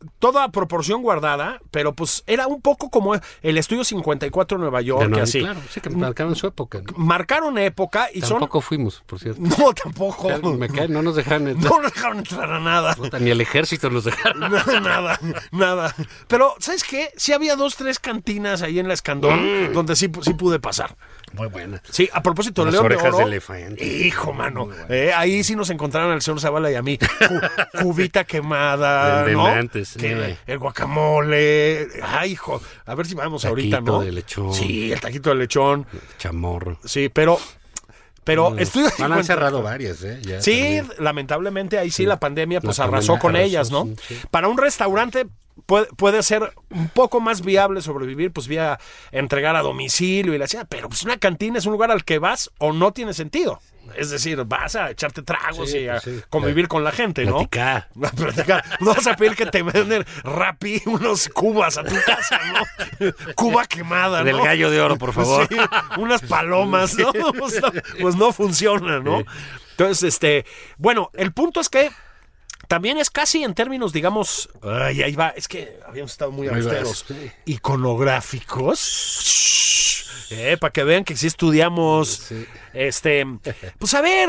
toda proporción guardada, pero pues era un poco como el Estudio cincuenta y cuatro en Nueva York, no, y así. Claro, sí, que marcaron su época. ¿no? Marcaron época y Tampoco son... Tampoco fuimos, por cierto. No, tampoco. Me cae, no nos dejaron entrar. No nos dejaron entrar a nada. Puta, ni el ejército nos dejaron. Nada, nada, nada. Pero, ¿sabes qué? Sí había dos, tres cantinas ahí en la Escandón, mm. donde sí, sí pude pasar. Muy buena. Sí, a propósito del León León de Oro. Oro. De elefante. Hijo, mano. Eh, ahí sí nos encontraron al señor Zavala y a mí. Cu- cubita quemada, de, de ¿no? antes, Que, sí. El guacamole. Ay, hijo. A ver si vamos taquito ahorita, ¿no? de lechón. Sí, el taquito de lechón. El chamorro. Sí, pero... Pero Mm. estudio Van han cerrado varias, ¿eh? Ya sí, también. lamentablemente ahí sí, sí. la pandemia pues la arrasó pandemia con arrasó, ellas, ¿no? sí, sí. Para un restaurante puede, puede ser un poco más viable sobrevivir, pues vía entregar a domicilio y la chingada, pero pues una cantina es un lugar al que vas o no tiene sentido. Es decir, vas a echarte tragos Sí, y a pues sí. convivir Pla- con la gente, ¿no? platicar. A platicar. No vas a pedir que te venden Rappi unos cubas a tu casa, ¿no? Cuba quemada, ¿no? Del gallo de oro, por favor. Sí, unas palomas, ¿no? Pues no, pues no funciona, ¿no? Sí. Entonces, este, bueno, el punto es que también es casi en términos, digamos, ay, ahí va, es que habíamos estado muy Ahí austeros, vas, sí. iconográficos, eh, para que vean que sí estudiamos, Sí. este, pues a ver,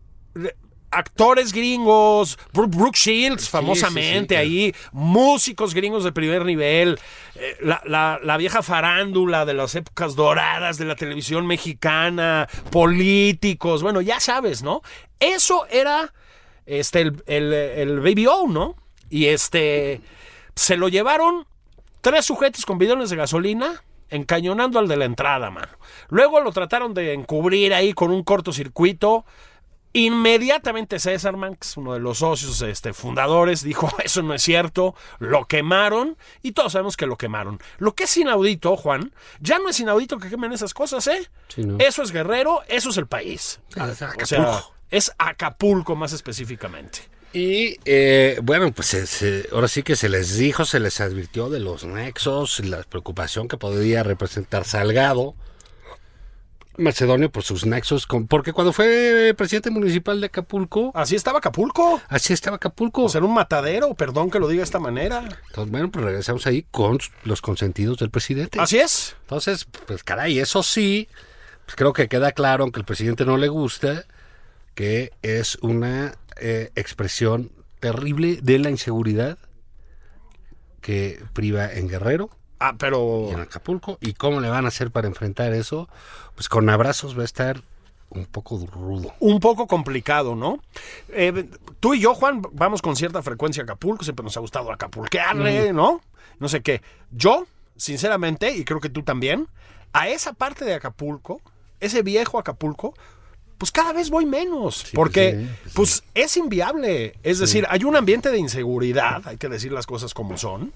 actores gringos, Brooke, Brooke Shields, Sí, famosamente sí, sí, ahí, músicos gringos de primer nivel, eh, la, la, la vieja farándula de las épocas doradas de la televisión mexicana, políticos, bueno, ya sabes, ¿no? Eso era este el, el, el Baby O, ¿no? Y este se lo llevaron tres sujetos con bidones de gasolina encañonando al de la entrada, mano. Luego lo trataron de encubrir ahí con un cortocircuito. Inmediatamente César Manx, uno de los socios este, fundadores, dijo, eso no es cierto, lo quemaron, y todos sabemos que lo quemaron. Lo que es inaudito, Juan, ya no es inaudito que quemen esas cosas, ¿eh? Sí, ¿no? Eso es Guerrero, eso es el país. Sí, es O sea, Acapulco. es Acapulco más específicamente. Y eh, bueno, pues se, se, ahora sí que se les dijo, se les advirtió de los nexos, la preocupación que podría representar Salgado Macedonio por sus nexos, con, porque cuando fue presidente municipal de Acapulco, Así estaba Acapulco. así estaba Acapulco. O sea, era un matadero, perdón que lo diga de esta manera. Entonces, bueno, pues regresamos ahí con los consentidos del presidente. Así es. Entonces, pues caray, eso sí, pues creo que queda claro, aunque al presidente no le gusta, que es una eh, expresión terrible de la inseguridad que priva en Guerrero Ah, pero... y en Acapulco. ¿Y cómo le van a hacer para enfrentar eso? Pues con abrazos va a estar un poco rudo. Un poco complicado, ¿no? Eh, tú y yo, Juan, vamos con cierta frecuencia a Acapulco, siempre nos ha gustado acapulquearle, ¿no? No sé qué. Yo, sinceramente, y creo que tú también, a esa parte de Acapulco, ese viejo Acapulco, pues cada vez voy menos, Sí, porque pues sí, pues pues sí. es inviable. Es decir, hay un ambiente de inseguridad, hay que decir las cosas como son,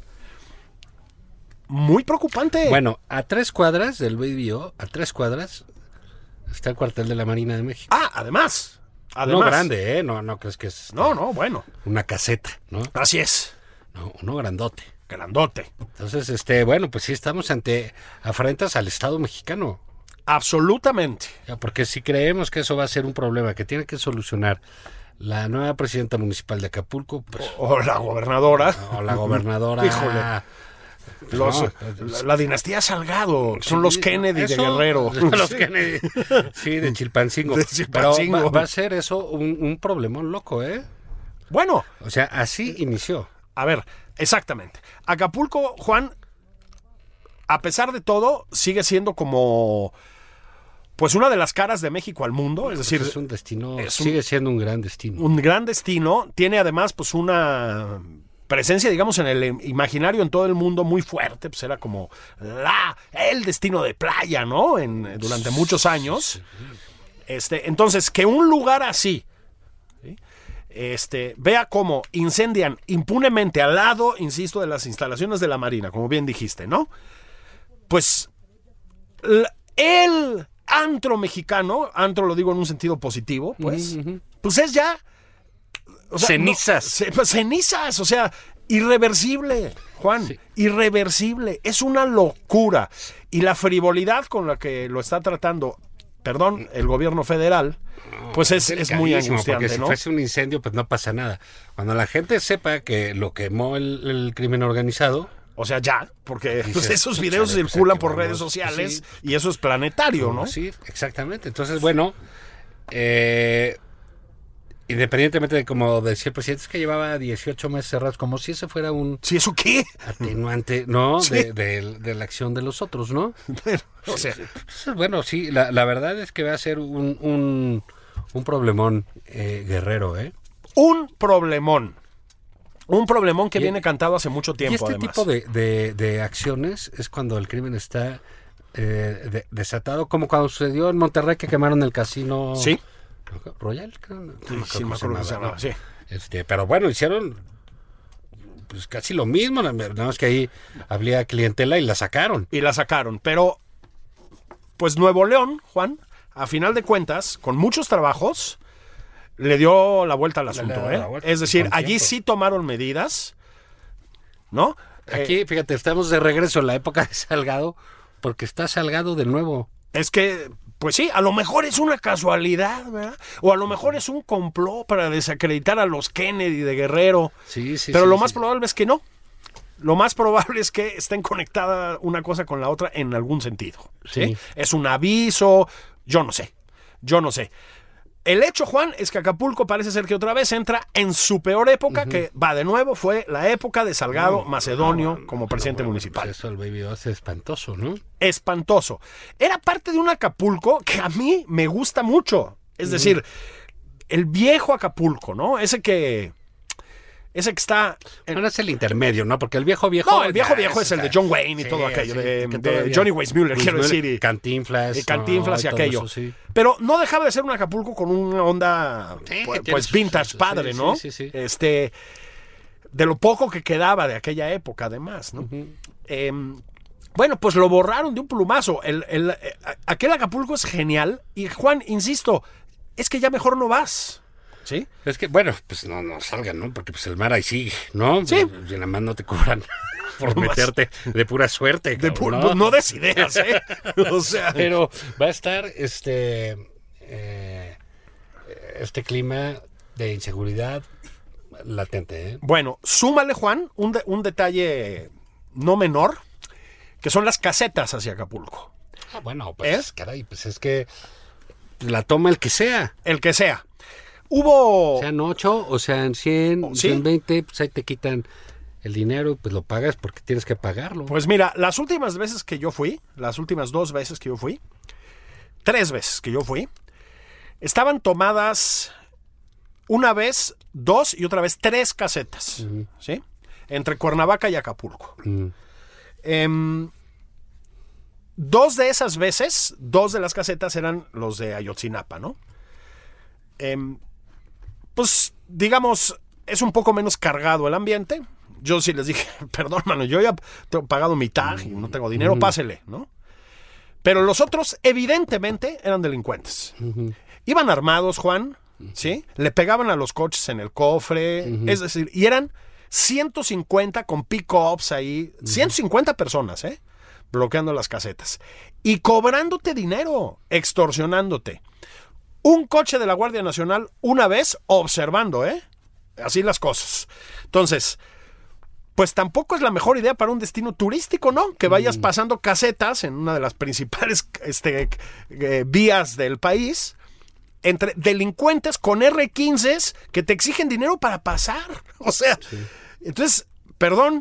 muy preocupante. Bueno, a tres cuadras del Baby O, a tres cuadras, está el cuartel de la Marina de México. Ah, además, además. No grande, ¿eh? No, no crees que es No, no, bueno, una caseta, ¿no? así es, No, uno grandote. grandote. Entonces, este, bueno, pues sí estamos ante afrentas al Estado mexicano. Absolutamente. Ya, porque si creemos que eso va a ser un problema que tiene que solucionar la nueva presidenta municipal de Acapulco, pues, O la gobernadora. o la gobernadora. Híjole. Los- No, la, la dinastía Salgado, son sí, los Kennedy eso, de Guerrero. Los Kennedy. Sí, de Chilpancingo. De Chilpancingo. Pero va, va a ser eso un, un problemón loco, ¿eh? Bueno, O sea, así inició. a ver, exactamente. Acapulco, Juan, a pesar de todo, sigue siendo como, pues una de las caras de México al mundo. Es decir, Es un destino, es un- sigue siendo un gran destino. un gran destino. Tiene además, pues, una presencia, digamos, en el imaginario en todo el mundo muy fuerte. Pues era como la, el destino de playa, ¿no? En, durante muchos años. Este, entonces, que un lugar así, ¿sí? Este, vea cómo incendian impunemente al lado, insisto, de las instalaciones de la Marina, como bien dijiste, ¿no? Pues la- el antro mexicano, antro lo digo en un sentido positivo, pues, pues es ya... o sea, Cenizas. no, ce- pues, cenizas, o sea, irreversible, Juan, Sí. irreversible. Es una locura. Y la frivolidad con la que lo está tratando perdón, el gobierno federal, pues es, es muy delicadísimo, angustiante, porque si ¿no? fuese un incendio, pues no pasa nada. Cuando la gente sepa que lo quemó el, el crimen organizado, O sea, ya, porque dices, pues, esos "Chale, videos pues, circulan aquí por vamos". redes sociales Sí. y eso es planetario, ¿no? Sí, exactamente. Entonces, bueno, eh, independientemente de, como decía el presidente, es que llevaba dieciocho meses cerrados, como si ese fuera un ¿Sí, eso qué? atenuante, ¿no? Sí. De, de- de la acción de los otros, ¿no? O sea, Entonces, bueno, sí, la, la verdad es que va a ser un, un, un problemón eh, guerrero, ¿eh? un problemón. Un problemón que Y- viene cantado hace mucho tiempo, y este además. tipo de, de- de acciones es cuando el crimen está eh, de- desatado, como cuando sucedió en Monterrey que quemaron el casino Sí. Royal, creo. No, Sí, me sí, me cómo acuerdo que se llamaba, ¿no? sí. Este, pero bueno, hicieron pues casi lo mismo, na- nada más que ahí había clientela y la sacaron. Y la sacaron. Pero, pues Nuevo León, Juan, a final de cuentas, con muchos trabajos, le dio la vuelta al Le asunto. dio ¿eh? la vuelta, Es decir, con allí tiempo. sí tomaron medidas, ¿no? Eh, Aquí, fíjate, estamos de regreso en la época de Salgado, porque está Salgado de nuevo. es que, pues sí, a lo mejor es una casualidad, ¿verdad? O a lo mejor es un complot para desacreditar a los Kennedy de Guerrero. Sí, sí, Pero sí, lo sí. más probable es que no. Lo más probable es que estén conectadas una cosa con la otra en algún sentido. ¿sí? Sí. Es un aviso, yo no sé, yo no sé. El hecho, Juan, es que Acapulco parece ser que otra vez entra en su peor época, que va de nuevo, fue la época de Salgado Macedonio como presidente municipal. Pues eso, el Baby Doll es espantoso, ¿no? Espantoso. Era parte de un Acapulco que a mí me gusta mucho. Es decir, el viejo Acapulco, ¿no? Ese que... Ese que está... en- Bueno, es el intermedio, ¿no? Porque el viejo viejo... No, el viejo ya viejo es el de John Wayne y sí, todo aquello, sí, de, que de todavía- Johnny Weissmuller, quiero Weissmuller, decir, y, Cantinflas. y Cantinflas no, y todo aquello. eso, sí. Pero no dejaba de ser un Acapulco con una onda, Sí, pues, tiene pues, sus- vintage sus- padre, sí, ¿no? sí, sí, sí. Este, de lo poco que quedaba de aquella época, además, ¿no? Em, bueno, pues lo borraron de un plumazo. El, el, eh, aquel Acapulco es genial y, Juan, insisto, es que ya mejor no vas, ¿sí? Es que, bueno, pues no, no salgan, ¿no? Porque pues el mar ahí sigue, ¿no? Sí. Y nada más no te cobran por meterte de pura suerte. De cabrón, pu- no des ideas, ¿eh? O sea, Pero va a estar este eh, este clima de inseguridad latente, ¿eh? bueno, súmale, Juan, un, de- un detalle no menor, que son las casetas hacia Acapulco. Ah, bueno, pues ¿Eh? caray, pues es que la toma el que sea. El que sea. Hubo... Sean ocho o sean cien, Oh. ¿Sí? sean veinte, pues ahí te quitan el dinero y pues lo pagas porque tienes que pagarlo. Pues mira, las últimas veces que yo fui, las últimas dos veces que yo fui, tres veces que yo fui, estaban tomadas una vez, dos y otra vez tres casetas, ¿sí? Entre Cuernavaca y Acapulco. Mm. Em, dos de esas veces, dos de las casetas eran los de Ayotzinapa, ¿no? Em, pues, digamos, es un poco menos cargado el ambiente. Yo sí les dije, perdón, mano, yo ya he pagado mitad y no tengo dinero, pásele, ¿no? Pero los otros, evidentemente, eran delincuentes. Iban armados, Juan, ¿sí? Le pegaban a los coches en el cofre, es decir, y eran ciento cincuenta con pick-ups ahí, ciento cincuenta personas, ¿eh? Bloqueando las casetas. Y cobrándote dinero, extorsionándote. Un coche de la Guardia Nacional una vez observando, ¿eh? Así las cosas. Entonces, pues tampoco es la mejor idea para un destino turístico, ¿no? Que vayas pasando casetas en una de las principales este, eh, vías del país entre delincuentes con erre quince que te exigen dinero para pasar. O sea, entonces, perdón,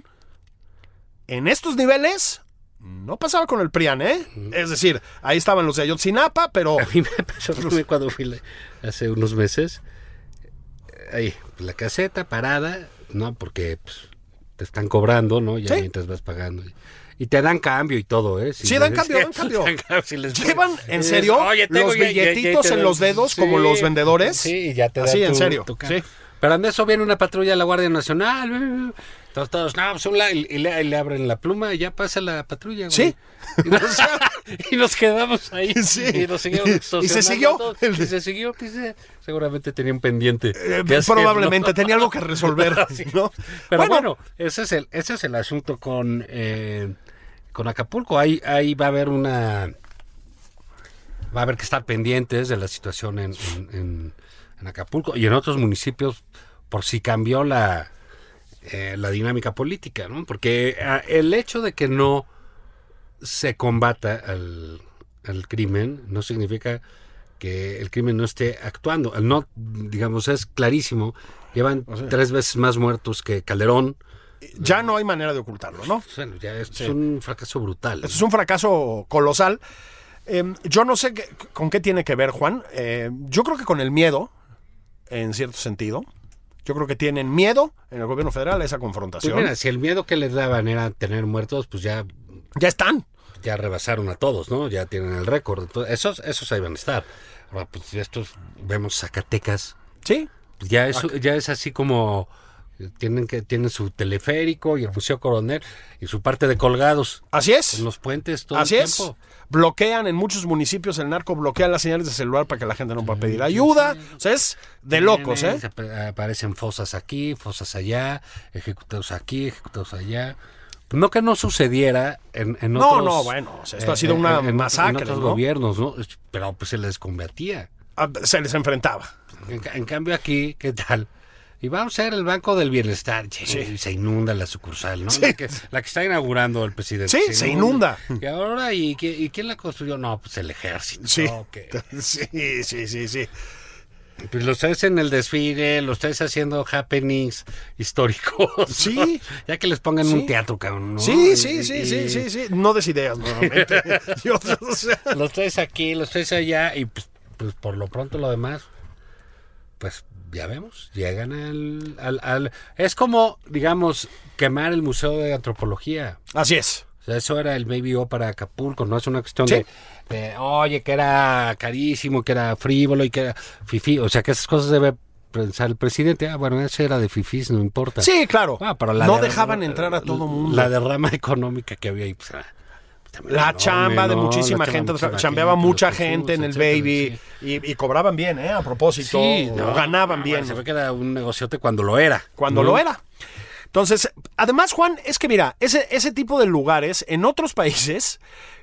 en estos niveles no pasaba con el PRIAN, ¿eh? Es decir, ahí estaban los de Ayotzinapa, pero... A mí me pasó también cuando fui la- hace unos meses. Ahí, la caseta parada, ¿no? Porque pues, te están cobrando, ¿no? Ya Sí. mientras vas pagando. Y, y te dan cambio y todo, ¿eh? Si Sí, dan les- cambio, dan cambio. dan cambio, si les- Llevan, en les- serio, Oye, tengo los ya- ya- ya billetitos te en dan- los dedos sí, como los vendedores. Sí, y ya te dan Así, en tu- serio, tu cambio. sí. Pero en eso viene una patrulla de la Guardia Nacional. Todos, todos, no, pues un la- y, y le, y le abren la pluma y ya pasa la patrulla, güey. Sí. Y nos, y nos quedamos ahí. Sí. Y nos siguieron ¿Y se extorsionando siguió? a todos. Y se siguió, pues, eh, seguramente tenía un pendiente. Eh, que hacer, probablemente ¿no? tenía algo que resolver, Sí. ¿no? Pero bueno, ese es el, ese es el asunto con, eh, con Acapulco. Ahí, ahí va a haber una va a haber que estar pendientes de la situación en, en, en, en Acapulco y en otros municipios por si cambió la, eh, la dinámica política, ¿no? Porque eh, el hecho de que no se combata al, al crimen no significa que el crimen no esté actuando. El no, digamos, es clarísimo. Llevan o sea, tres veces más muertos que Calderón. Ya no hay manera de ocultarlo, ¿no? Bueno, ya es sí. un fracaso brutal. ¿No? Es un fracaso colosal. Eh, yo no sé qué, con qué tiene que ver, Juan. Eh, yo creo que con el miedo, en cierto sentido. Yo creo que tienen miedo en el gobierno federal a esa confrontación. Pues mira, si el miedo que les daban era tener muertos, pues ya... Ya están. Ya rebasaron a todos, ¿no? Ya tienen el récord. Entonces, esos, esos ahí van a estar. Ahora, pues estos, vemos Zacatecas. Sí. Ya es, ya es así como... Tienen que tienen su teleférico y el Museo Coronel y su parte de colgados. Así es. En los puentes todo Así el es. tiempo. Bloquean en muchos municipios, el narco bloquea las señales de celular para que la gente no pueda pedir ayuda. O sea, es de locos, ¿eh? Aparecen fosas aquí, fosas allá, ejecutados aquí, ejecutados allá. No que no sucediera en, en no, otros... No, no, bueno, o sea, esto eh, ha sido una en, masacre, en otros ¿no? gobiernos, ¿no? Pero pues se les combatía. Se les enfrentaba. En, en cambio aquí, ¿qué tal? Y vamos a ser el Banco del Bienestar. Sí. Se inunda la sucursal, ¿no? Sí. La, que, la que está inaugurando el presidente. Sí, se inunda. Se inunda. Y ahora, ¿y, ¿y quién la construyó? No, pues el ejército. Sí, ¿no? Que... sí, sí, sí, sí. Pues los traes en el desfile, los traes haciendo happenings históricos. Sí. ¿no? Ya que les pongan sí. un teatro, cabrón, ¿no? Sí, sí, y, sí, y... sí, sí, sí. No des ideas, nuevamente. Yo, o sea... Los traes aquí, los traes allá y pues, pues por lo pronto lo demás, pues... Ya vemos, llegan al, al, al... Es como, digamos, quemar el Museo de Antropología. Así es. O sea, eso era el Baby O para Acapulco, no es una cuestión sí. de, de, oye, que era carísimo, que era frívolo y que era fifí. O sea, que esas cosas debe pensar el presidente. Ah, bueno, ese era de fifís, no importa. Sí, claro. Ah, pero la no de, dejaban entrar a todo mundo. La derrama económica que había ahí, pues... La enorme, chamba de muchísima no, gente, muchísima chambeaba gente, mucha gente en el etcétera, Baby sí. y, y cobraban bien, ¿eh? A propósito, sí, no, ganaban bien. Bueno, se ve que era un negociote cuando lo era. Cuando ¿no? lo era. Entonces, además, Juan, es que mira, ese, ese tipo de lugares en otros países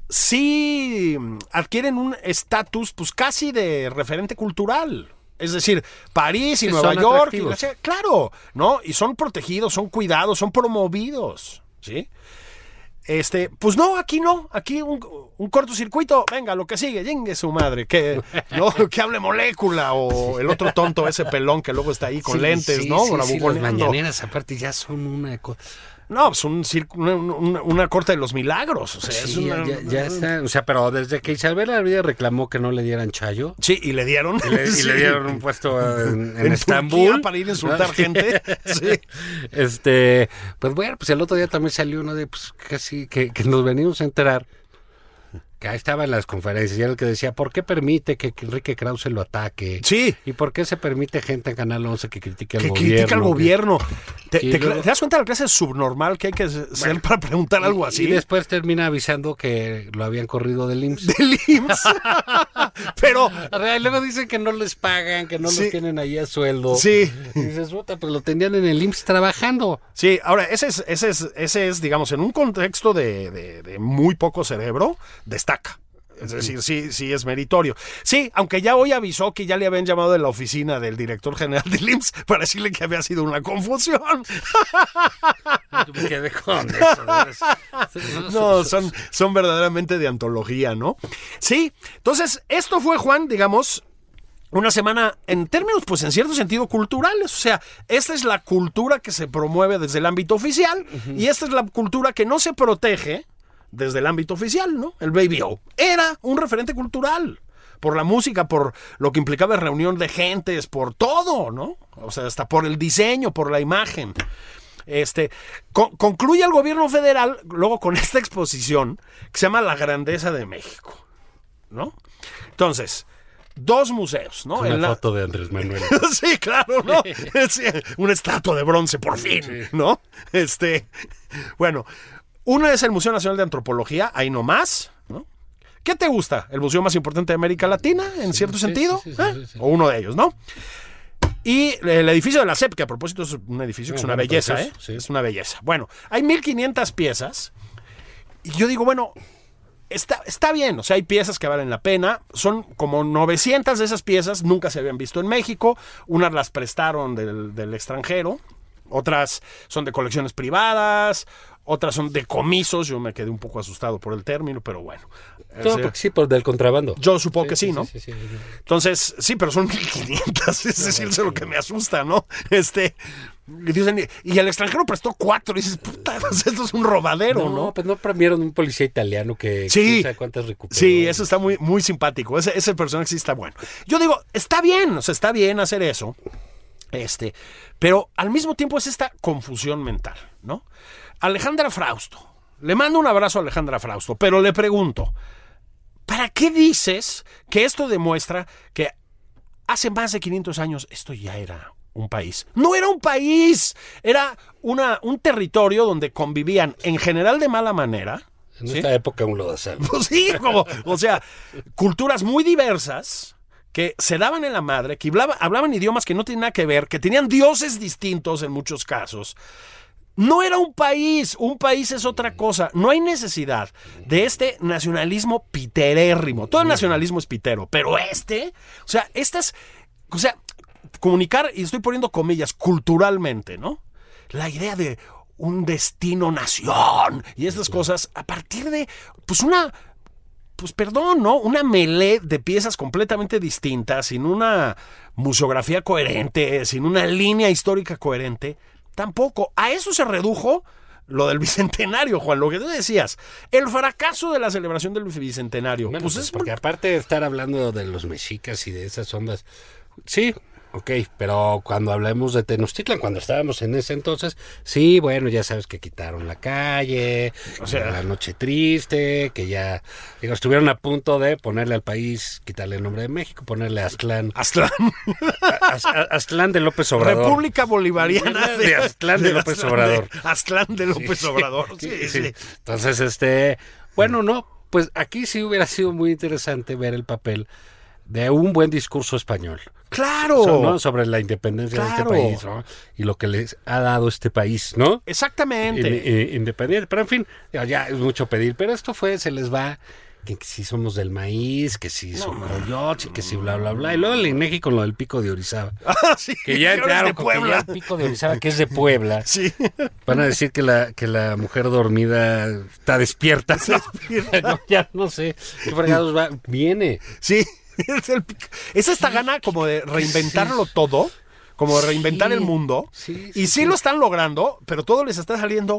sí adquieren un estatus pues casi de referente cultural. Es decir, París y sí, Nueva York, y, claro, ¿no? Y son protegidos, son cuidados, son promovidos, ¿sí? Este, pues no, aquí no, aquí un, un cortocircuito, venga, lo que sigue, yengue su madre, que, ¿no? que hable Molécula o el otro tonto, ese pelón que luego está ahí con sí, lentes, sí, ¿no? Sí, sí, las mañaneras aparte ya son una cosa. No, pues un circo, una, una, una corte de los milagros. O sea, sí, es una, ya, ya está. O sea, pero desde que Isabel Arvide reclamó que no le dieran chayo. Sí, y le dieron. Y le, sí. y le dieron un puesto en, en, en Estambul. Turquía para ir a insultar ¿no? gente. Sí. Este, pues bueno, pues el otro día también salió uno de, pues casi, que, que nos venimos a enterar. Que ahí estaba en las conferencias y era el que decía, ¿por qué permite que Enrique Krause lo ataque? Sí. ¿Y por qué se permite gente en Canal once que critique al que gobierno? Que critica al gobierno. ¿Te, te, luego... ¿Te das cuenta de la clase subnormal que hay que ser bueno, para preguntar y, algo así? Y después termina avisando que lo habían corrido del I M S S. Del I M S S. Pero... Y luego dicen que no les pagan, que no sí. los tienen ahí a sueldo. Sí. Y dices, puta, pues lo tenían en el I M S S trabajando. Sí, ahora, ese es, ese es, ese es digamos, en un contexto de, de, de muy poco cerebro, destaca. Es decir, sí, sí es meritorio. Sí, aunque ya hoy avisó que ya le habían llamado de la oficina del director general del I M S S para decirle que había sido una confusión. Yo me quedé con eso. No, son, son verdaderamente de antología, ¿no? Sí, entonces, esto fue, Juan, digamos, una semana en términos, pues en cierto sentido, culturales. O sea, esta es la cultura que se promueve desde el ámbito oficial uh-huh. y esta es la cultura que no se protege desde el ámbito oficial, ¿no? El Baby O era un referente cultural, por la música, por lo que implicaba reunión de gentes, por todo, ¿no? O sea, hasta por el diseño, por la imagen. Este, con, concluye el gobierno federal luego con esta exposición que se llama La Grandeza de México, ¿no? Entonces, dos museos, ¿no? Una en la... foto de Andrés Manuel. Sí, claro, ¿no? Sí, una estatua de bronce, por fin, sí. ¿no? Este, bueno... Una es el Museo Nacional de Antropología, ahí nomás, ¿no? ¿Qué te gusta? ¿El museo más importante de América Latina, en cierto sí, sentido? Sí, sí, ¿Eh? sí, sí, sí. O uno de ellos, ¿no? Y el edificio de la S E P, que a propósito es un edificio que es una belleza, ¿eh? Sí. Es una belleza. Bueno, hay mil quinientas piezas. Y yo digo, bueno, Está, está bien, o sea, hay piezas que valen la pena. Son como novecientas de esas piezas, nunca se habían visto en México. Unas las prestaron del, del extranjero, otras son de colecciones privadas, otras son decomisos. Yo me quedé un poco asustado por el término, pero bueno. No, porque sí, por del contrabando. Yo supongo sí, que sí, sí ¿no? Sí, sí, sí, sí. Entonces, sí, pero son mil quinientas, es decir, eso es lo que me asusta, ¿no? Este, y dicen, y el extranjero prestó cuatro, y dices, puta, pues esto es un robadero, ¿no? No, pues no premiaron un policía italiano que sí, quién sabe cuántas recuperó. Sí, eso está muy, muy simpático, ese, ese personaje sí está bueno. Yo digo, está bien, o sea, está bien hacer eso, este, pero al mismo tiempo es esta confusión mental, ¿no? Alejandra Frausto, le mando un abrazo a Alejandra Frausto, pero le pregunto, ¿para qué dices que esto demuestra que hace más de quinientos años esto ya era un país? No era un país, era una, un territorio donde convivían en general de mala manera. En ¿sí? esta época un lodazal. Pues sí, como, o sea, culturas muy diversas que se daban en la madre, que hablaba, hablaban idiomas que no tenían nada que ver, que tenían dioses distintos en muchos casos. No era un país, un país es otra cosa. No hay necesidad de este nacionalismo piterérrimo. Todo el nacionalismo es pitero, pero este, o sea, estas, o sea, comunicar, y estoy poniendo comillas, culturalmente, ¿no? La idea de un destino nación y estas cosas a partir de, pues una, pues perdón, ¿no? Una melé de piezas completamente distintas, sin una museografía coherente, sin una línea histórica coherente. Tampoco. A eso se redujo lo del Bicentenario, Juan, lo que tú decías. El fracaso de la celebración del Bicentenario. Bueno, pues pues es porque aparte de estar hablando de los mexicas y de esas ondas, sí, ok, pero cuando hablemos de Tenochtitlan, cuando estábamos en ese entonces, sí, bueno, ya sabes que quitaron la calle, o sea, la noche triste, que ya, digo, estuvieron a punto de ponerle al país, quitarle el nombre de México, ponerle Aztlán. Aztlán. Aztlán de López Obrador. República Bolivariana de, de Aztlán de, de López Aztlán Obrador. De, Aztlán de López sí, Obrador. Sí, sí, sí. sí. Entonces, este, bueno, no, pues aquí sí hubiera sido muy interesante ver el papel de un buen discurso español. ¡Claro! So, ¿no? Sobre la independencia ¡Claro! de este país, ¿no? Y lo que les ha dado este país, ¿no? Exactamente. In, in, independiente. Pero en fin, ya, ya es mucho pedir. Pero esto fue, se les va, que, que si somos del maíz, que si no, somos coyotes, que si bla, bla, bla. Y luego el INEGI con lo del Pico de Orizaba. Ah, sí. Que ya entraron con que ya el Pico de Orizaba, que es de Puebla. Sí. Van a decir que la, que la mujer dormida está despierta. Está despierta. No, ya no sé. ¿Qué fregados va? Viene. Sí. Es, el, es esta sí, gana como de reinventarlo sí. todo, como de reinventar sí, el mundo. Sí, sí, y sí, sí lo están logrando, pero todo les está saliendo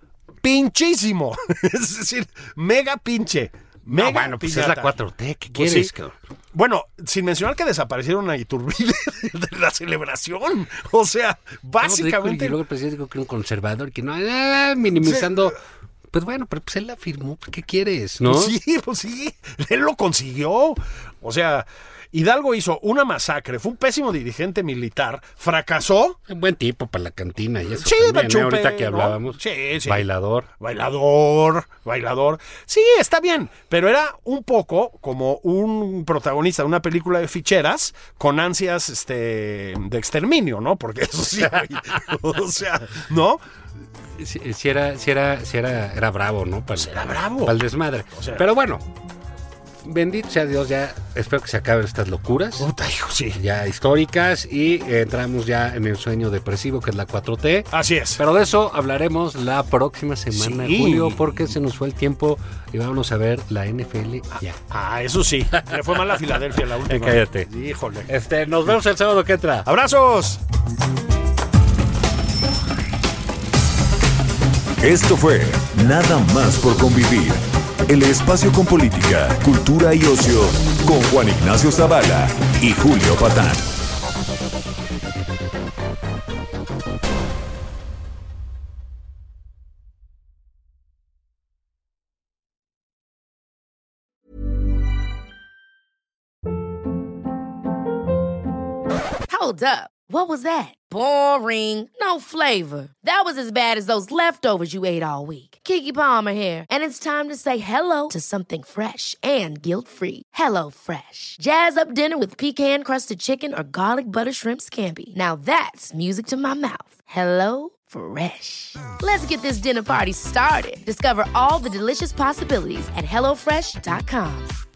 pinchísimo. Es decir, mega pinche. Mega no, bueno, pues piñata. Es la cuatro T. ¿Qué pues quieres? Sí. Bueno, sin mencionar que desaparecieron a Iturbide de la celebración. O sea, básicamente. Y luego el presidente dijo que era un conservador, que no, ah, minimizando. Sí. Pues bueno, pero pues él la firmó, ¿qué quieres? ¿No? Pues sí, pues sí, él lo consiguió. O sea, Hidalgo hizo una masacre, fue un pésimo dirigente militar, fracasó. Un buen tipo para la cantina y eso sí, también, chupe, ¿eh? Ahorita que ¿no? hablábamos. Sí, sí. Bailador. Bailador, bailador. Sí, está bien, pero era un poco como un protagonista de una película de ficheras con ansias este, de exterminio, ¿no? Porque eso sí, o sea, ¿no? Si, si era, si era, si era, era bravo, ¿no? Para, pues era bravo. Para el desmadre. O sea, pero bueno, bendito sea Dios, ya espero que se acaben estas locuras. Puta, hijo, sí. Ya históricas y eh, entramos ya en el sueño depresivo que es la cuatro T. Así es. Pero de eso hablaremos la próxima semana, sí. Julio, porque se nos fue el tiempo y vamos a ver la N F L ya. Ah, eso sí. Le fue mal a Filadelfia la última. Cállate. Híjole. Este, nos vemos el sábado que entra. ¡Abrazos! Esto fue Nada más por convivir. El espacio con política, cultura y ocio con Juan Ignacio Zavala y Julio Patán. Hold up. What was that? Boring. No flavor. That was as bad as those leftovers you ate all week. Keke Palmer here, and it's time to say hello to something fresh and guilt-free. Hello Fresh. Jazz up dinner with pecan-crusted chicken or garlic butter shrimp scampi. Now that's music to my mouth. Hello Fresh. Let's get this dinner party started. Discover all the delicious possibilities at hello fresh dot com.